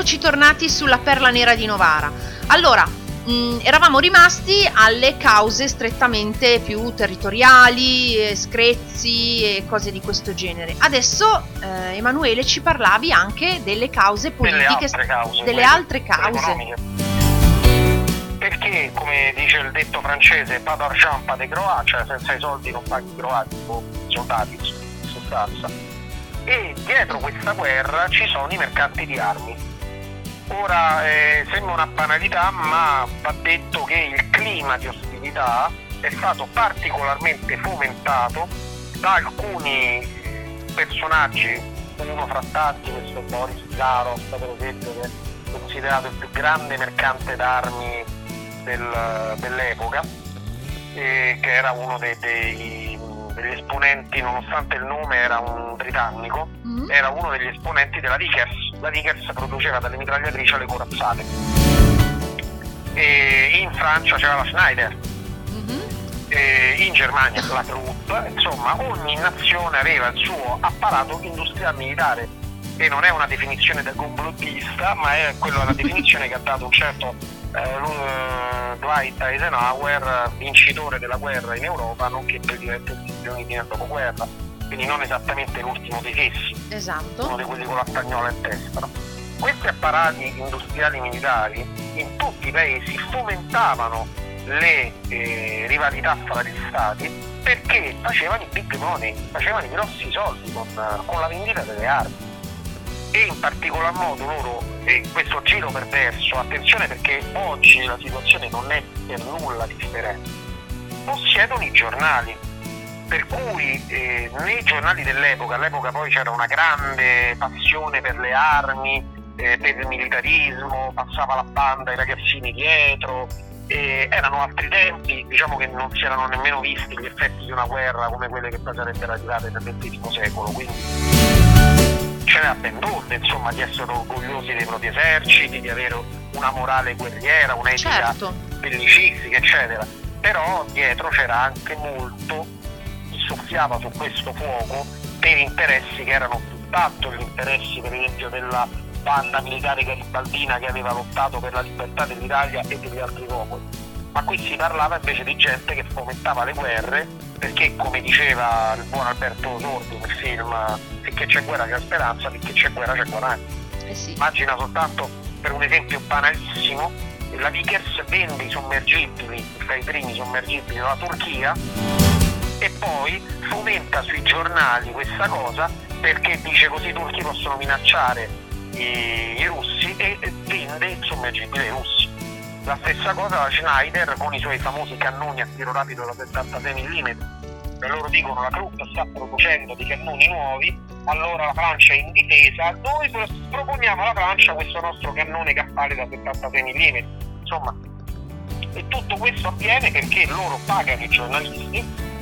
eccoci tornati sulla Perla Nera di Novara. Allora, eravamo rimasti alle cause strettamente più territoriali, screzi e cose di questo genere. Adesso, Emanuele, ci parlavi anche delle cause politiche, delle altre cause. Perché, come dice il detto francese, pas d'argent, pas de croix, cioè senza i soldi non paghi i croati o soldati in sostanza. E dietro questa guerra ci sono i mercanti di armi. Ora sembra una banalità, ma va detto che il clima di ostilità è stato particolarmente fomentato da alcuni personaggi, uno fra tanti, questo Boris Karloff, per esempio, che è considerato il più grande mercante d'armi dell'epoca, che era uno degli esponenti, nonostante il nome era un britannico, era uno degli esponenti della Vickers. La Vickers produceva dalle mitragliatrici alle corazzate, e in Francia c'era la Schneider, e in Germania la Krupp. Insomma, ogni nazione aveva il suo apparato industriale militare, e non è una definizione del complottista, ma è quella la definizione che ha dato un certo Dwight Eisenhower, vincitore della guerra in Europa, nonché presidente degli Stati Uniti nel dopoguerra, quindi non esattamente l'ultimo dei fessi, esatto, uno di quelli con la stagnola in testa, no? Questi apparati industriali militari in tutti i paesi fomentavano le rivalità fra gli stati, perché facevano i big money, facevano i grossi soldi con la vendita delle armi. E in particolar modo loro, questo giro perverso, attenzione perché oggi la situazione non è per nulla differente, possiedono i giornali, per cui nei giornali all'epoca poi c'era una grande passione per le armi, per il militarismo, passava la banda, i ragazzini dietro, erano altri tempi, diciamo che non si erano nemmeno visti gli effetti di una guerra come quelle che poi sarebbero arrivate nel XX secolo, quindi c'era ben donde, insomma, di essere orgogliosi dei propri eserciti, di avere una morale guerriera, un'etica bellicistica, eccetera. Però dietro c'era anche molto, si soffiava su questo fuoco per interessi che erano tutt'altro gli interessi, per esempio, della banda militare garibaldina che aveva lottato per la libertà dell'Italia e degli altri popoli. Ma qui si parlava invece di gente che fomentava le guerre, perché, come diceva il buon Alberto Sordi nel film Finché c'è guerra c'è speranza, finché c'è guerra c'è guadagno. Sì. Immagina soltanto, per un esempio banalissimo, la Vickers vende i sommergibili, i primi sommergibili dalla Turchia, e poi fomenta sui giornali questa cosa perché dice così i turchi possono minacciare i russi, e vende il sommergibile ai russi. La stessa cosa la Schneider con i suoi famosi cannoni a tiro rapido da 76 mm. E loro dicono la Krupp sta producendo dei cannoni nuovi, allora la Francia è in difesa, noi proponiamo alla Francia questo nostro cannone cappale da 76 mm. Insomma, e tutto questo avviene perché loro pagano i giornalisti,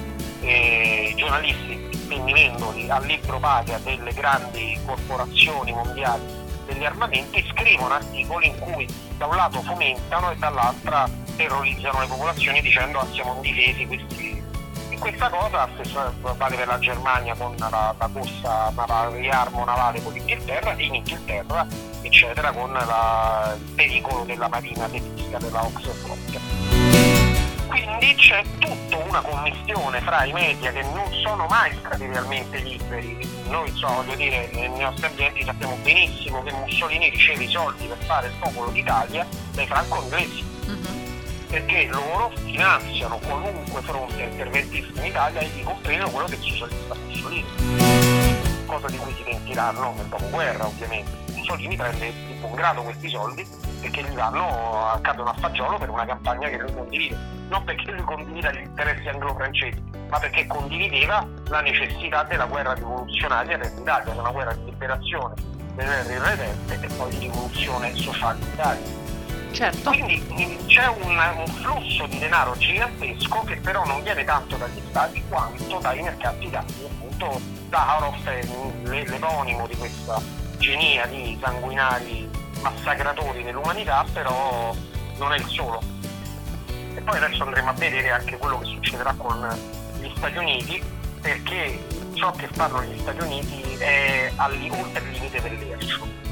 quindi vendoli a libro paga delle grandi corporazioni mondiali degli armamenti, scrivono articoli in cui da un lato fomentano e dall'altra terrorizzano le popolazioni dicendo siamo indifesi questi. E questa cosa stessa vale per la Germania con la corsa navale con l'Inghilterra, e in Inghilterra eccetera con il pericolo della marina tedesca, della Oxford. Quindi c'è tutta una commistione fra i media che non sono mai stati realmente liberi. Noi voglio dire, nei nostri ambienti sappiamo benissimo che Mussolini riceve i soldi per fare il popolo d'Italia dai franco-inglesi, perché loro finanziano qualunque fronte interventista in Italia, e compreso quello del socialista Mussolini, cosa di cui si pentiranno nel dopoguerra ovviamente. Mussolini prende di buon grado questi soldi perché gli danno a capo a fagiolo per una campagna che lui condivide, non perché lui condivida gli interessi anglo-francesi, ma perché condivideva la necessità della guerra rivoluzionaria per l'Italia, una guerra di liberazione dell'irredente e poi di rivoluzione sociale in Italia. Certo. Quindi c'è un flusso di denaro gigantesco che però non viene tanto dagli stati quanto dai mercanti d'armi. Appunto Zaharov è l'eponimo di questa genia di sanguinari massacratori dell'umanità, però non è il solo. E poi adesso andremo a vedere anche quello che succederà con gli Stati Uniti, perché ciò che fanno gli Stati Uniti è oltre il limite del lercio.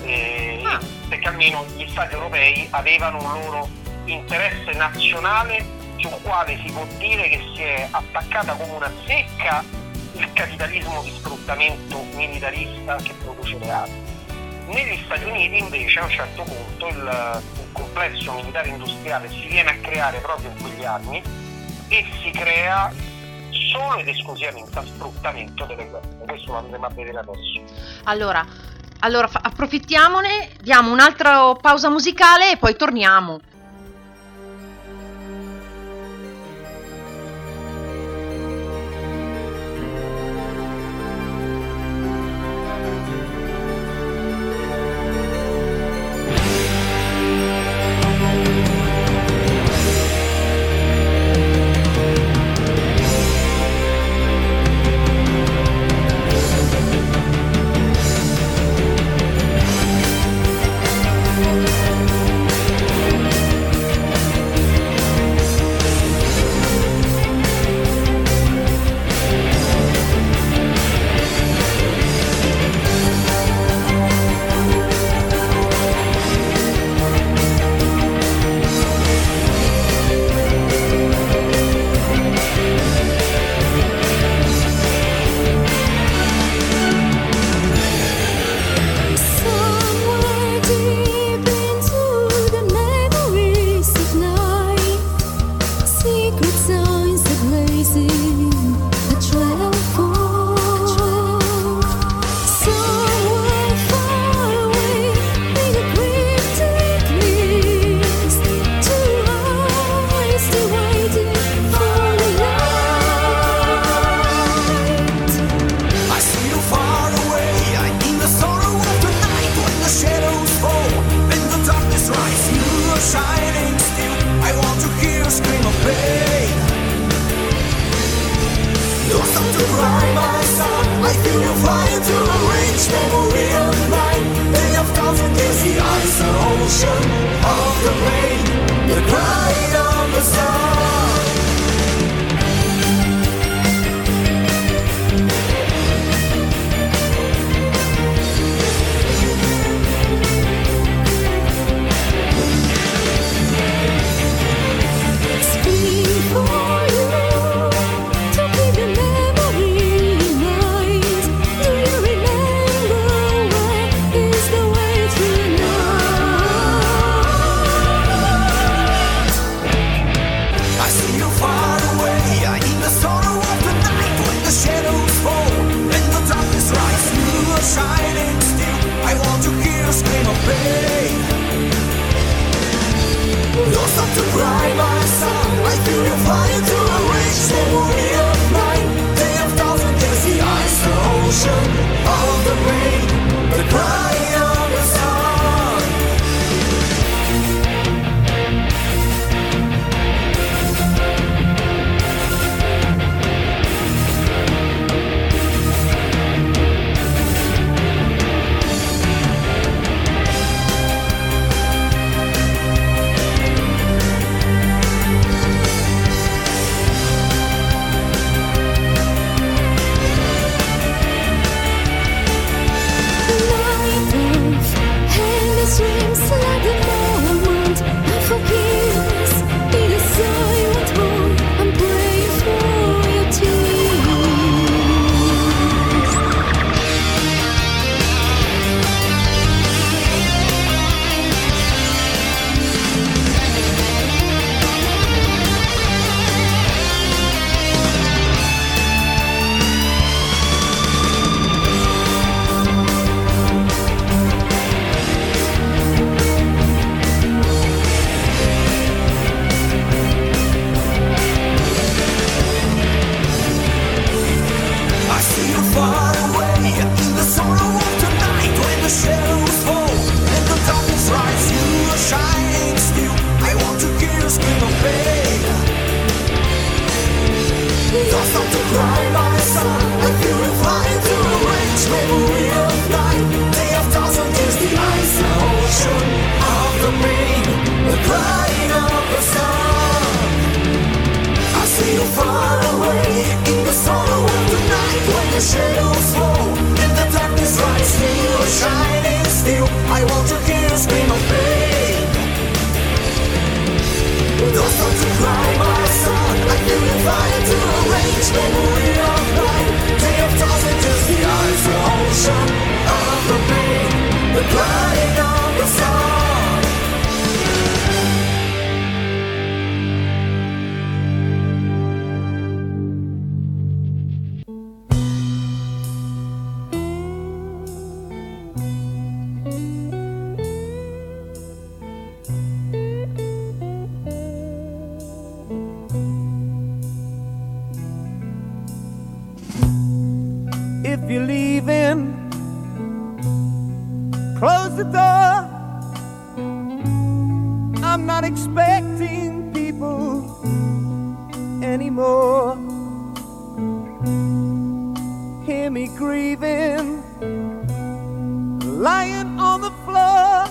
perché almeno gli stati europei avevano un loro interesse nazionale sul quale si può dire che si è attaccata come una zecca il capitalismo di sfruttamento militarista che produce le armi. Negli Stati Uniti invece a un certo punto il complesso militare industriale si viene a creare proprio in quegli anni e si crea solo ed esclusivamente a sfruttamento delle guerre. Questo lo andremo a vedere adesso. Allora approfittiamone, diamo un'altra pausa musicale e poi torniamo. shadows fall and the darkness rises, you are shining still. I scream of pain. Don't start to cry, my son. I feel the fire to rage. Memory of life, day of toss into the eyes. The ocean of the pain, the crying of the sun. If you're leaving, close the door. I'm not expecting people anymore. Hear me grieving, lying on the floor.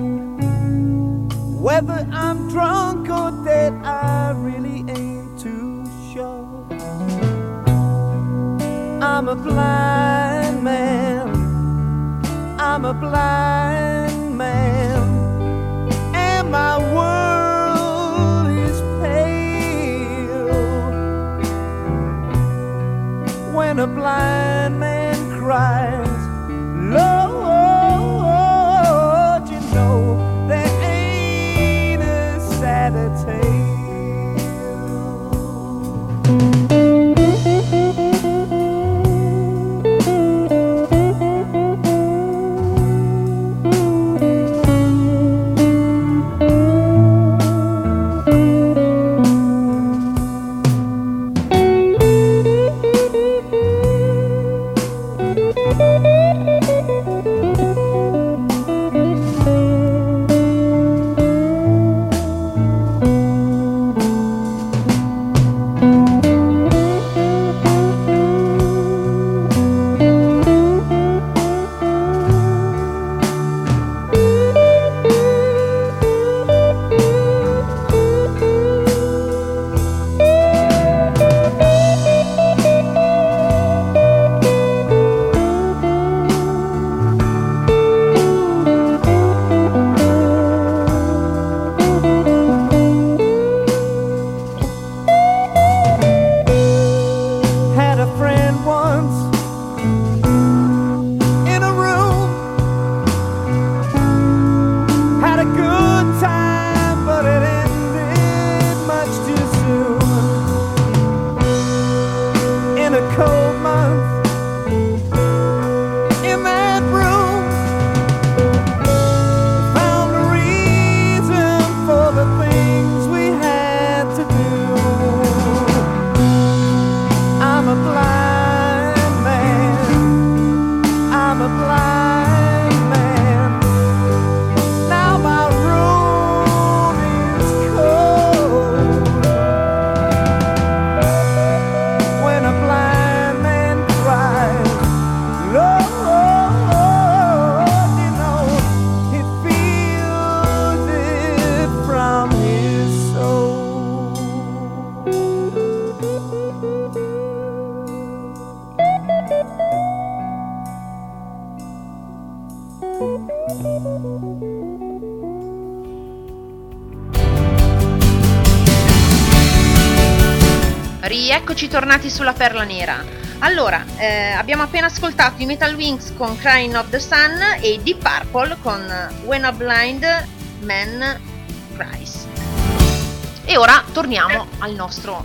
Whether I'm drunk or dead, I really ain't too sure. I'm a blind man, I'm a blind man, and my world is pale. When a blind man cries, Lord, you know there ain't a sadder tale. Rieccoci tornati sulla Perla Nera. Allora, abbiamo appena ascoltato i Metal Wings con Crying of the Sun e Deep Purple con When a Blind Man Cries. E ora torniamo al nostro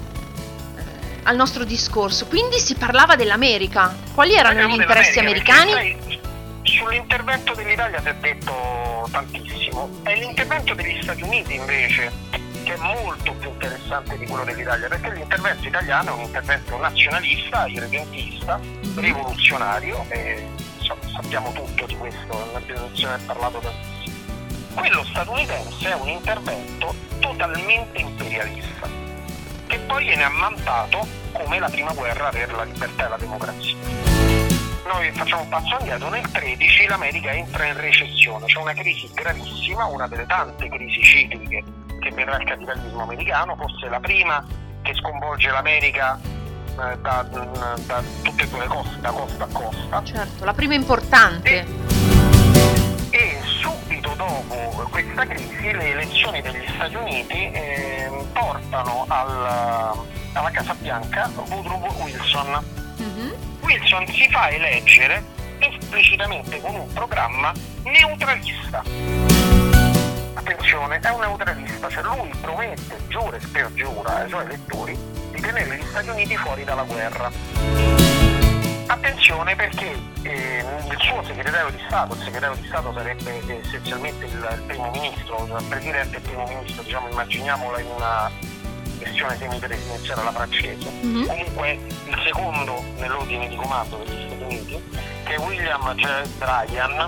discorso. Quindi si parlava dell'America. Quali erano gli interessi americani? Sull'intervento dell'Italia si è detto tantissimo. È l'intervento degli Stati Uniti invece che è molto più interessante di quello dell'Italia, perché l'intervento italiano è un intervento nazionalista, irredentista, rivoluzionario, e sappiamo tutto di questo, ne abbiamo parlato tantissimo. Quello statunitense è un intervento totalmente imperialista, che poi viene ammantato come la prima guerra per la libertà e la democrazia. Noi facciamo un passo indietro, nel 13 l'America entra in recessione, c'è una crisi gravissima, una delle tante crisi cicliche che vedrà il capitalismo americano, forse la prima che sconvolge l'America da tutte e due le coste, da costa a costa. Certo, la prima importante. E subito dopo questa crisi le elezioni degli Stati Uniti portano alla Casa Bianca Woodrow Wilson. Wilson si fa eleggere esplicitamente con un programma neutralista. Attenzione, è un neutralista, cioè lui promette, giura e spergiura ai suoi elettori di tenere gli Stati Uniti fuori dalla guerra. Attenzione perché il suo segretario di Stato, il segretario di Stato sarebbe essenzialmente il primo ministro, il presidente e il primo ministro, diciamo, immaginiamola in una versione semipresidenziale alla francese, comunque il secondo nell'ordine di comando degli Stati Uniti, che è William J. Bryan,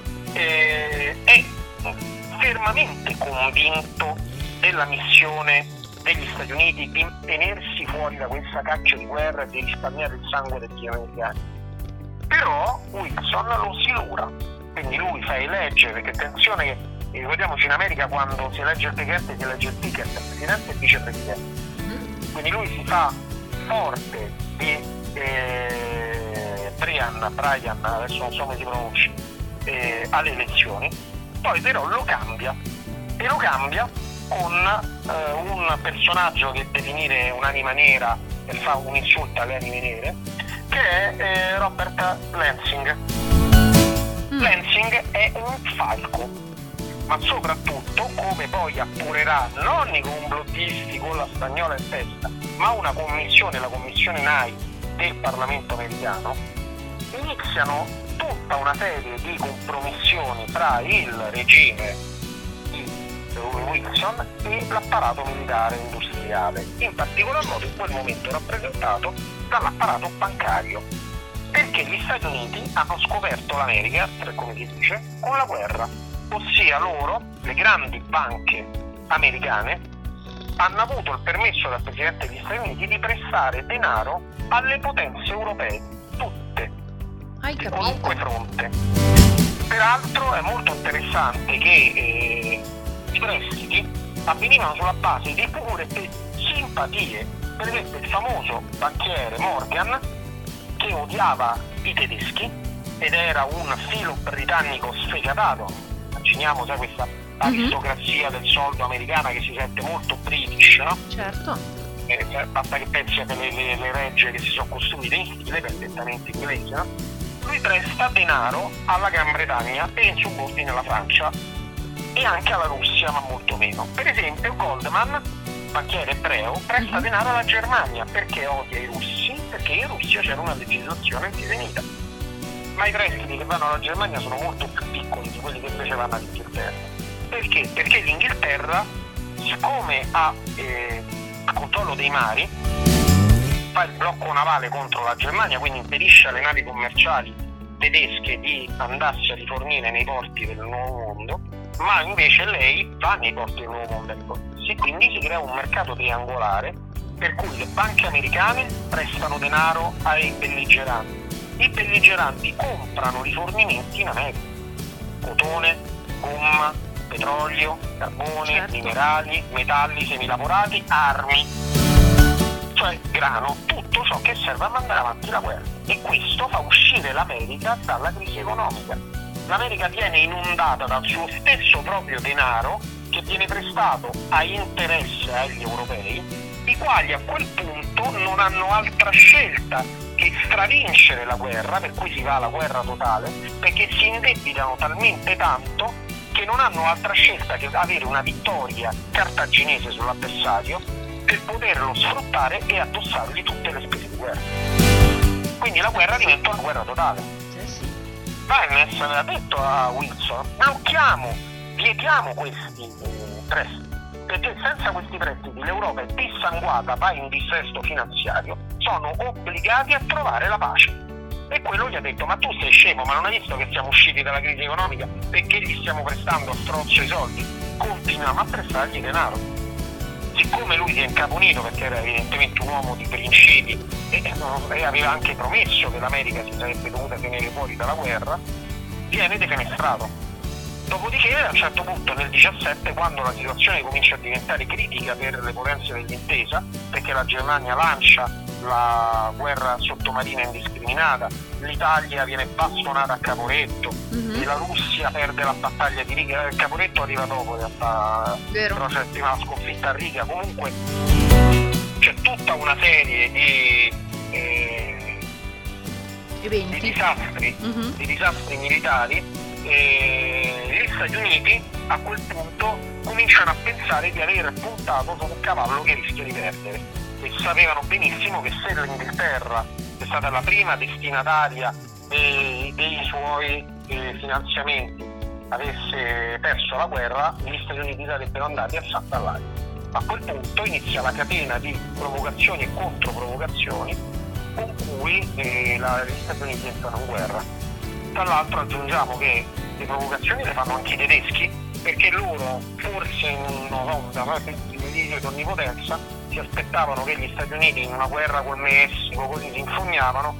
è fermamente convinto della missione degli Stati Uniti di tenersi fuori da questa caccia di guerra e di risparmiare il sangue degli americani. Però Wilson lo silura, quindi lui fa eleggere, perché attenzione che ricordiamoci, in America quando si elegge il presidente si elegge il ticket, presidente e vicepresidente. Quindi lui si fa forte di Bryan, adesso non so come si pronuncia, alle elezioni, poi però lo cambia con un personaggio che definire un'anima nera e fa un insulto alle anime nere, che è Robert Lansing. Lansing è un falco, ma soprattutto, come poi appurerà non i complottisti con la spagnola in testa, ma una commissione, la commissione NAI del Parlamento americano, iniziano tutta una serie di compromissioni tra il regime di Wilson e l'apparato militare industriale, in particolar modo in quel momento rappresentato dall'apparato bancario, perché gli Stati Uniti hanno scoperto l'America, come si dice, con la guerra, ossia loro, le grandi banche americane, hanno avuto il permesso dal Presidente degli Stati Uniti di prestare denaro alle potenze europee, tutte, di qualunque fronte. Peraltro è molto interessante che i prestiti avvenivano sulla base di pure simpatie. Per esempio il famoso banchiere Morgan, che odiava i tedeschi ed era un filo britannico sfegatato, immaginiamo questa aristocrazia del soldo americana che si sente molto british, no? Certo. Basta che pensi a le regge che si sono costruite in stile perfettamente inglese, no? Lui presta denaro alla Gran Bretagna e in subordine alla Francia e anche alla Russia, ma molto meno. Per esempio Goldman, banchiere ebreo, presta denaro alla Germania perché odia i russi, perché in Russia c'era una legislazione antisemita. Ma i prestiti che vanno alla Germania sono molto più piccoli di quelli che invece vanno all'Inghilterra. Perché? Perché l'Inghilterra, siccome ha il controllo dei mari, fa il blocco navale contro la Germania, quindi impedisce alle navi commerciali tedesche di andarsi a rifornire nei porti del Nuovo Mondo, ma invece lei va nei porti del Nuovo Mondo e quindi si crea un mercato triangolare per cui le banche americane prestano denaro ai belligeranti. I belligeranti comprano rifornimenti in America: cotone, gomma, petrolio, carbone, minerali, metalli semilavorati, armi, cioè grano, tutto ciò che serve a mandare avanti la guerra. E questo fa uscire l'America dalla crisi economica. L'America viene inondata dal suo stesso proprio denaro che viene prestato a interesse agli europei, i quali a quel punto non hanno altra scelta che stravincere la guerra, per cui si va alla guerra totale, perché si indebitano talmente tanto che non hanno altra scelta che avere una vittoria cartaginese sull'avversario per poterlo sfruttare e addossargli tutte le spese di guerra. Quindi la guerra diventa una guerra totale. Barnes aveva detto a Wilson: blocchiamo, vietiamo questi prestiti, perché senza questi prestiti l'Europa è dissanguata, va in dissesto finanziario, sono obbligati a trovare la pace. E quello gli ha detto: ma tu sei scemo, ma non hai visto che siamo usciti dalla crisi economica? Perché gli stiamo prestando a strozzo i soldi? Continuiamo a prestargli denaro. Siccome lui si è incaponito, perché era evidentemente un uomo di principi e aveva anche promesso che l'America si sarebbe dovuta tenere fuori dalla guerra, viene defenestrato. Dopodiché a un certo punto nel 17, quando la situazione comincia a diventare critica per le potenze dell'intesa, perché la Germania lancia la guerra sottomarina indiscriminata, l'Italia viene bastonata a Caporetto, e la Russia perde la battaglia di Riga. Caporetto arriva dopo in realtà, però c'è prima la sconfitta a Riga. Comunque c'è tutta una serie di disastri militari, e gli Stati Uniti a quel punto cominciano a pensare di aver puntato su un cavallo che rischia di perdere, e sapevano benissimo che se l'Inghilterra è stata la prima destinataria dei suoi finanziamenti avesse perso la guerra, gli Stati Uniti sarebbero andati a salta all'aria. A quel punto inizia la catena di provocazioni e controprovocazioni con cui gli Stati Uniti entrano in guerra. Tra l'altro aggiungiamo che le provocazioni le fanno anche i tedeschi, perché loro, forse in un'onda di delirio di onnipotenza, si aspettavano che gli Stati Uniti in una guerra col Messico così si infognavano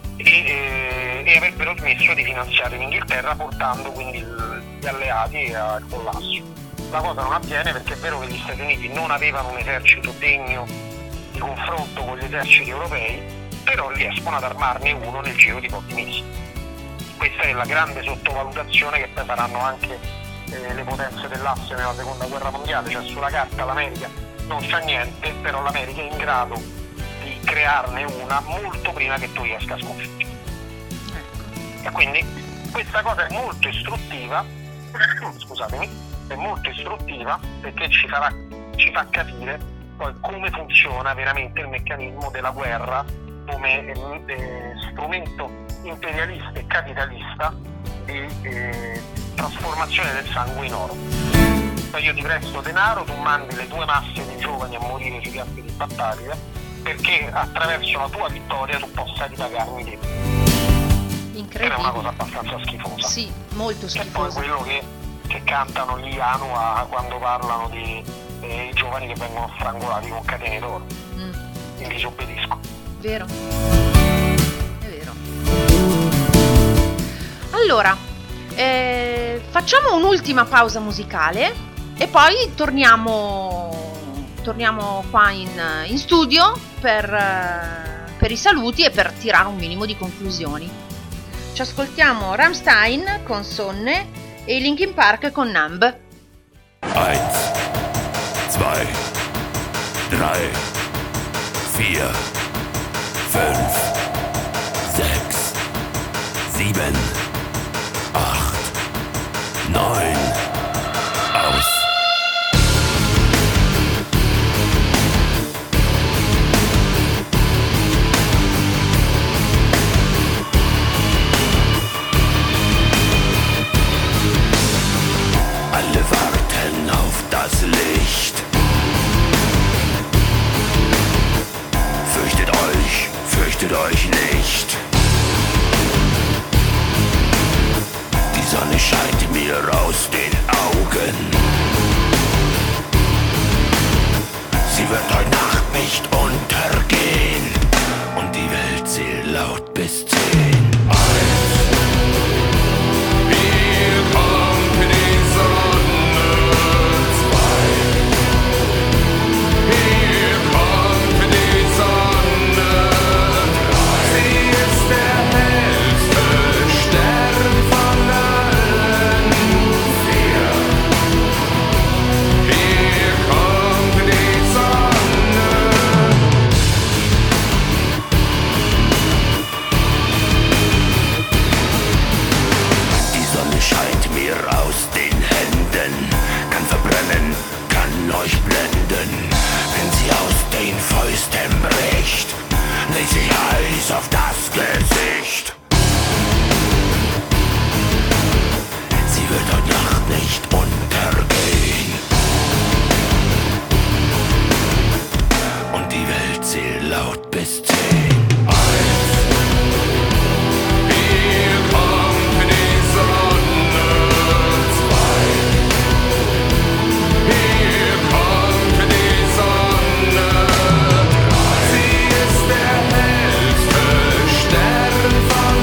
e avrebbero smesso di finanziare l'Inghilterra, portando quindi gli alleati al collasso. La cosa non avviene perché è vero che gli Stati Uniti non avevano un esercito degno di confronto con gli eserciti europei, però riescono ad armarne uno nel giro di pochi mesi. Questa è la grande sottovalutazione che poi faranno anche le potenze dell'asse nella seconda guerra mondiale. Cioè sulla carta l'America non c'ha niente, però l'America è in grado di crearne una molto prima che tu riesca a sconfiggere. E quindi questa cosa è molto istruttiva, scusatemi, è molto istruttiva perché ci fa capire poi come funziona veramente il meccanismo della guerra come strumento imperialista e capitalista di trasformazione del sangue in oro. Io ti presto denaro, tu mandi le tue masse di giovani a morire sui campi di battaglia perché attraverso la tua vittoria tu possa ripagarmi di più. Incredibile. È una cosa abbastanza schifosa. Sì, molto schifosa. E poi quello che cantano gli Anua quando parlano di giovani che vengono strangolati con catene d'oro. Quindi disobbedisco. Vero. È vero. Allora, facciamo un'ultima pausa musicale e poi torniamo qua in studio per i saluti e per tirare un minimo di conclusioni. Ci ascoltiamo Rammstein con Sonne e i Linkin Park con Numb. 1, 2, 3, 4, 5, 6, 7, 8, 9, aus. Alle warten auf das Licht. Fürchtet euch nicht. Die Sonne scheint mir aus den Augen. Sie wird heute Nacht nicht untergehen. Und die Welt zählt laut bis 10. Hier kommt die Sonne. 2. Hier kommt die Sonne. 3. Sie ist der hellste Stern von allen. 4. Hier kommt die Sonne. Die Sonne scheint mir aus den Händen, kann verbrennen, kann euch blenden. Wenn sie aus den Fäusten bricht, legt sie Eis auf das Gesicht. Sie wird heute Nacht nicht untergehen. Und die Welt zählt laut bis 10. Hier kommt die Sonne. 2. Hier kommt die Sonne. 3. Sie ist der hellste Stern von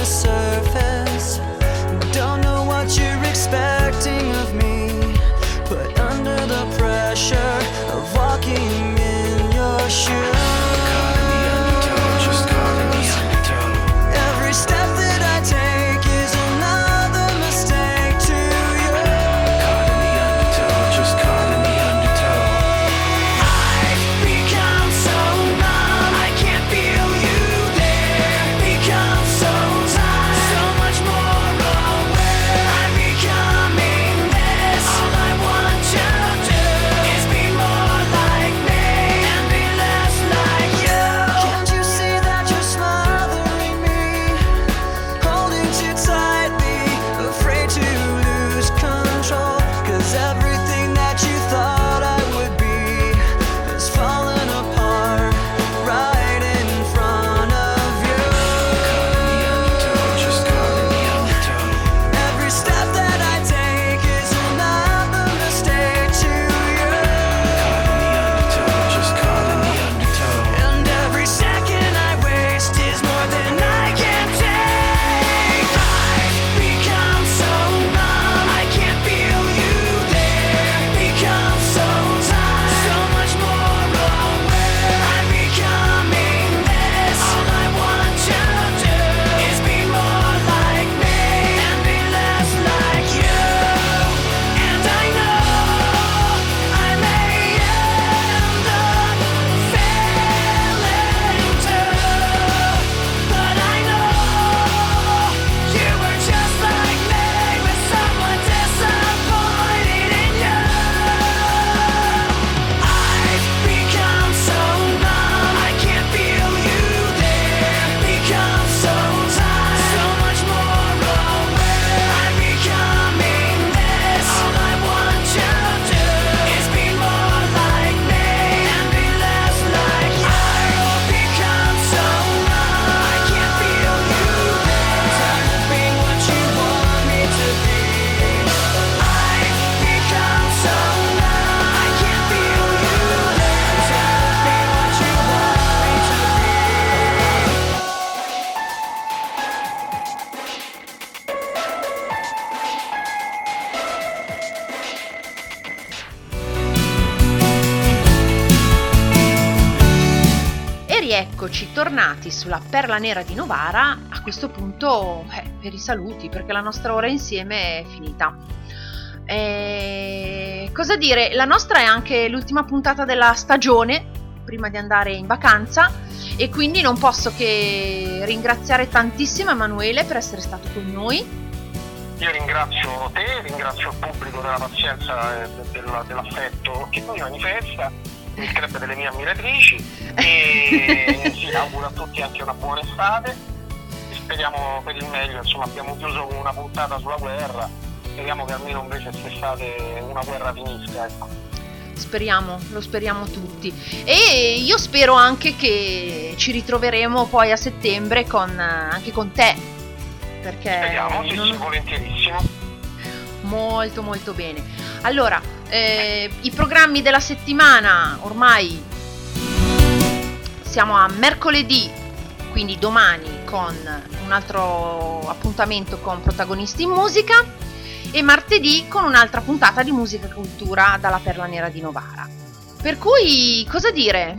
the surface. Don't know what you're expecting of me, but under the pressure of walking in your shoes, every step that I take is another mistake to you. Caught in the undertow, just caught in the undertow. I've become so numb, I can't feel you there. Become so tired, so much more aware. I'm becoming this. All I want to do is be more like me and be less like you. Can't you see that you're smothering me, holding too tightly, afraid to lose control? 'Cause everything that you thought I would be is falling apart right in front of you. Just caught in the undertow. Every step that I take is another mistake to you. Caught in the undertow, just caught in the undertow. And every second I waste is more than I can take. I've become so numb, I can't feel you there. Become so tired, so much more aware. I'm becoming this. All I want to do is be more like me and be less like you. And I know I may end up failing too, but I know you were just like me, with someone disappointed in you. I've become so numb, I can't feel you there. Become so tired, so much more aware. I'm becoming this. All I want to do is be more like me and be less like you. I've become so numb, I can't feel you there. Tired of being what you want me to be. I've become so numb, I can't feel you there. Tired of being what you want me to be. E rieccoci tornati sulla Perla Nera di Novara, a questo punto per i saluti, perché la nostra ora insieme è finita. Cosa dire, la nostra è anche l'ultima puntata della stagione prima di andare in vacanza, e quindi non posso che ringraziare tantissimo Emanuele per essere stato con noi. Io ringrazio te, ringrazio il pubblico della pazienza e dell'affetto che poi manifesta, il club delle mie ammiratrici, e sì, auguro a tutti anche una buona estate. Speriamo per il meglio, insomma abbiamo chiuso con una puntata sulla guerra, speriamo che almeno invece quest'estate una guerra finisca, ecco. Speriamo, lo speriamo tutti, e io spero anche che ci ritroveremo poi a settembre anche con te, perché speriamo, sì, volentierissimo. Molto molto bene. Allora, i programmi della settimana, ormai siamo a mercoledì, quindi domani, con un altro appuntamento con Protagonisti in Musica, e martedì con un'altra puntata di Musica e Cultura dalla Perla Nera di Novara. Per cui, cosa dire?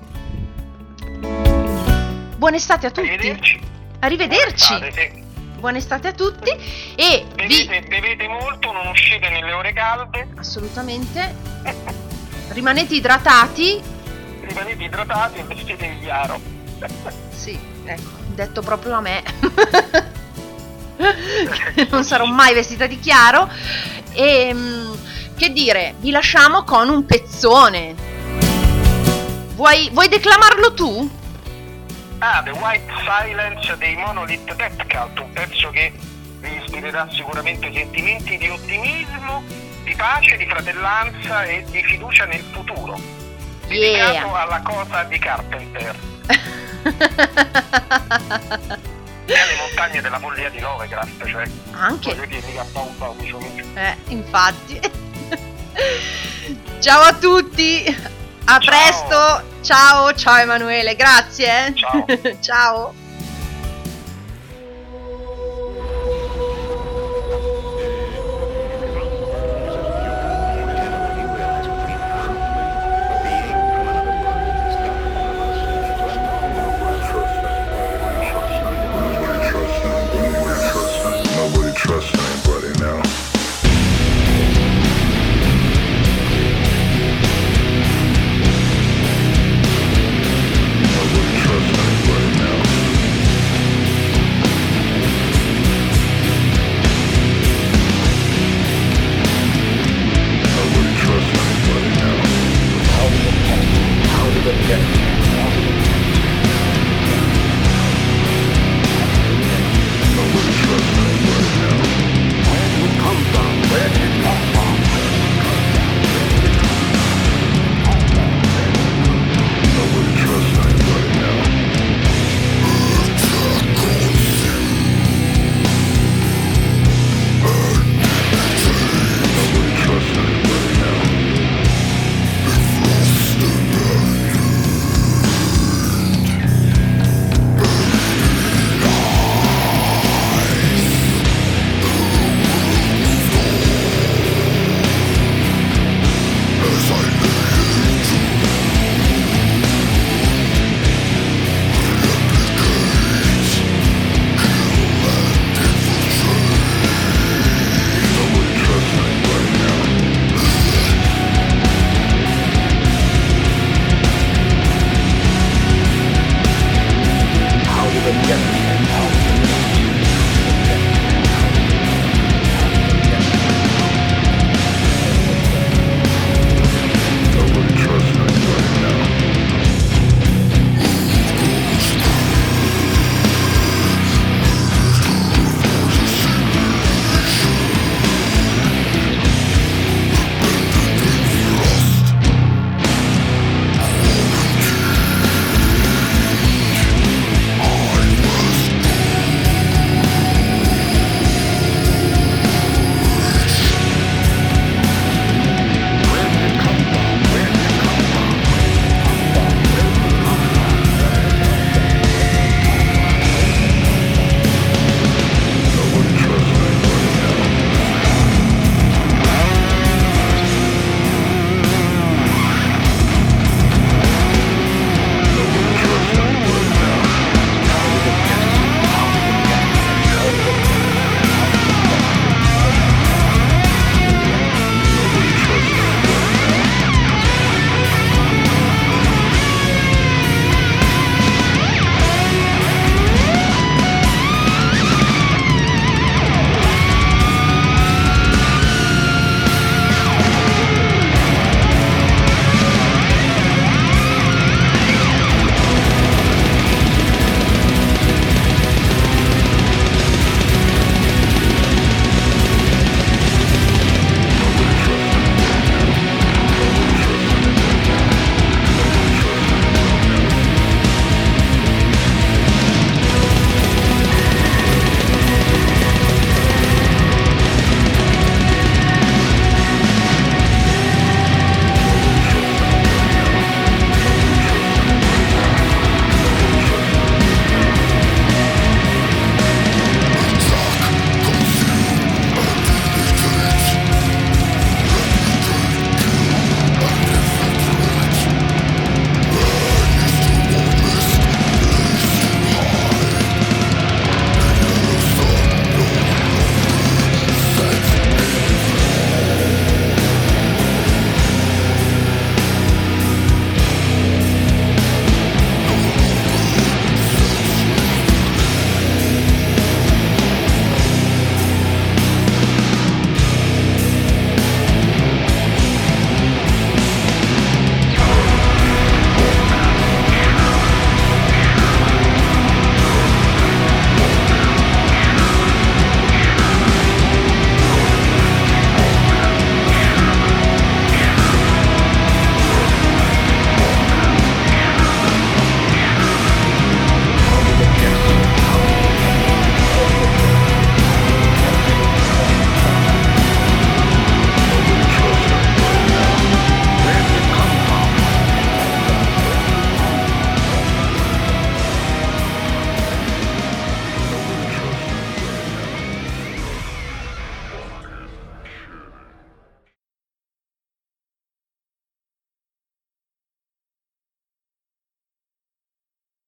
Buona estate a tutti. Arrivederci. Buona estate a tutti, e bevete molto, non uscite nelle ore calde. Assolutamente. Rimanete idratati E vestite di chiaro. Sì, ecco, detto proprio a me. Non sarò mai vestita di chiaro. E che dire, vi lasciamo con un pezzone. Vuoi declamarlo tu? The White Silence dei Monolith Death Cult, un pezzo che vi ispirerà sicuramente sentimenti di ottimismo, di pace, di fratellanza e di fiducia nel futuro. Dedicato alla cosa di Carpenter. E alle montagne della follia di Lovecraft, cioè anche infatti. Ciao a tutti, a presto, ciao Emanuele, grazie. Ciao. Ciao. America.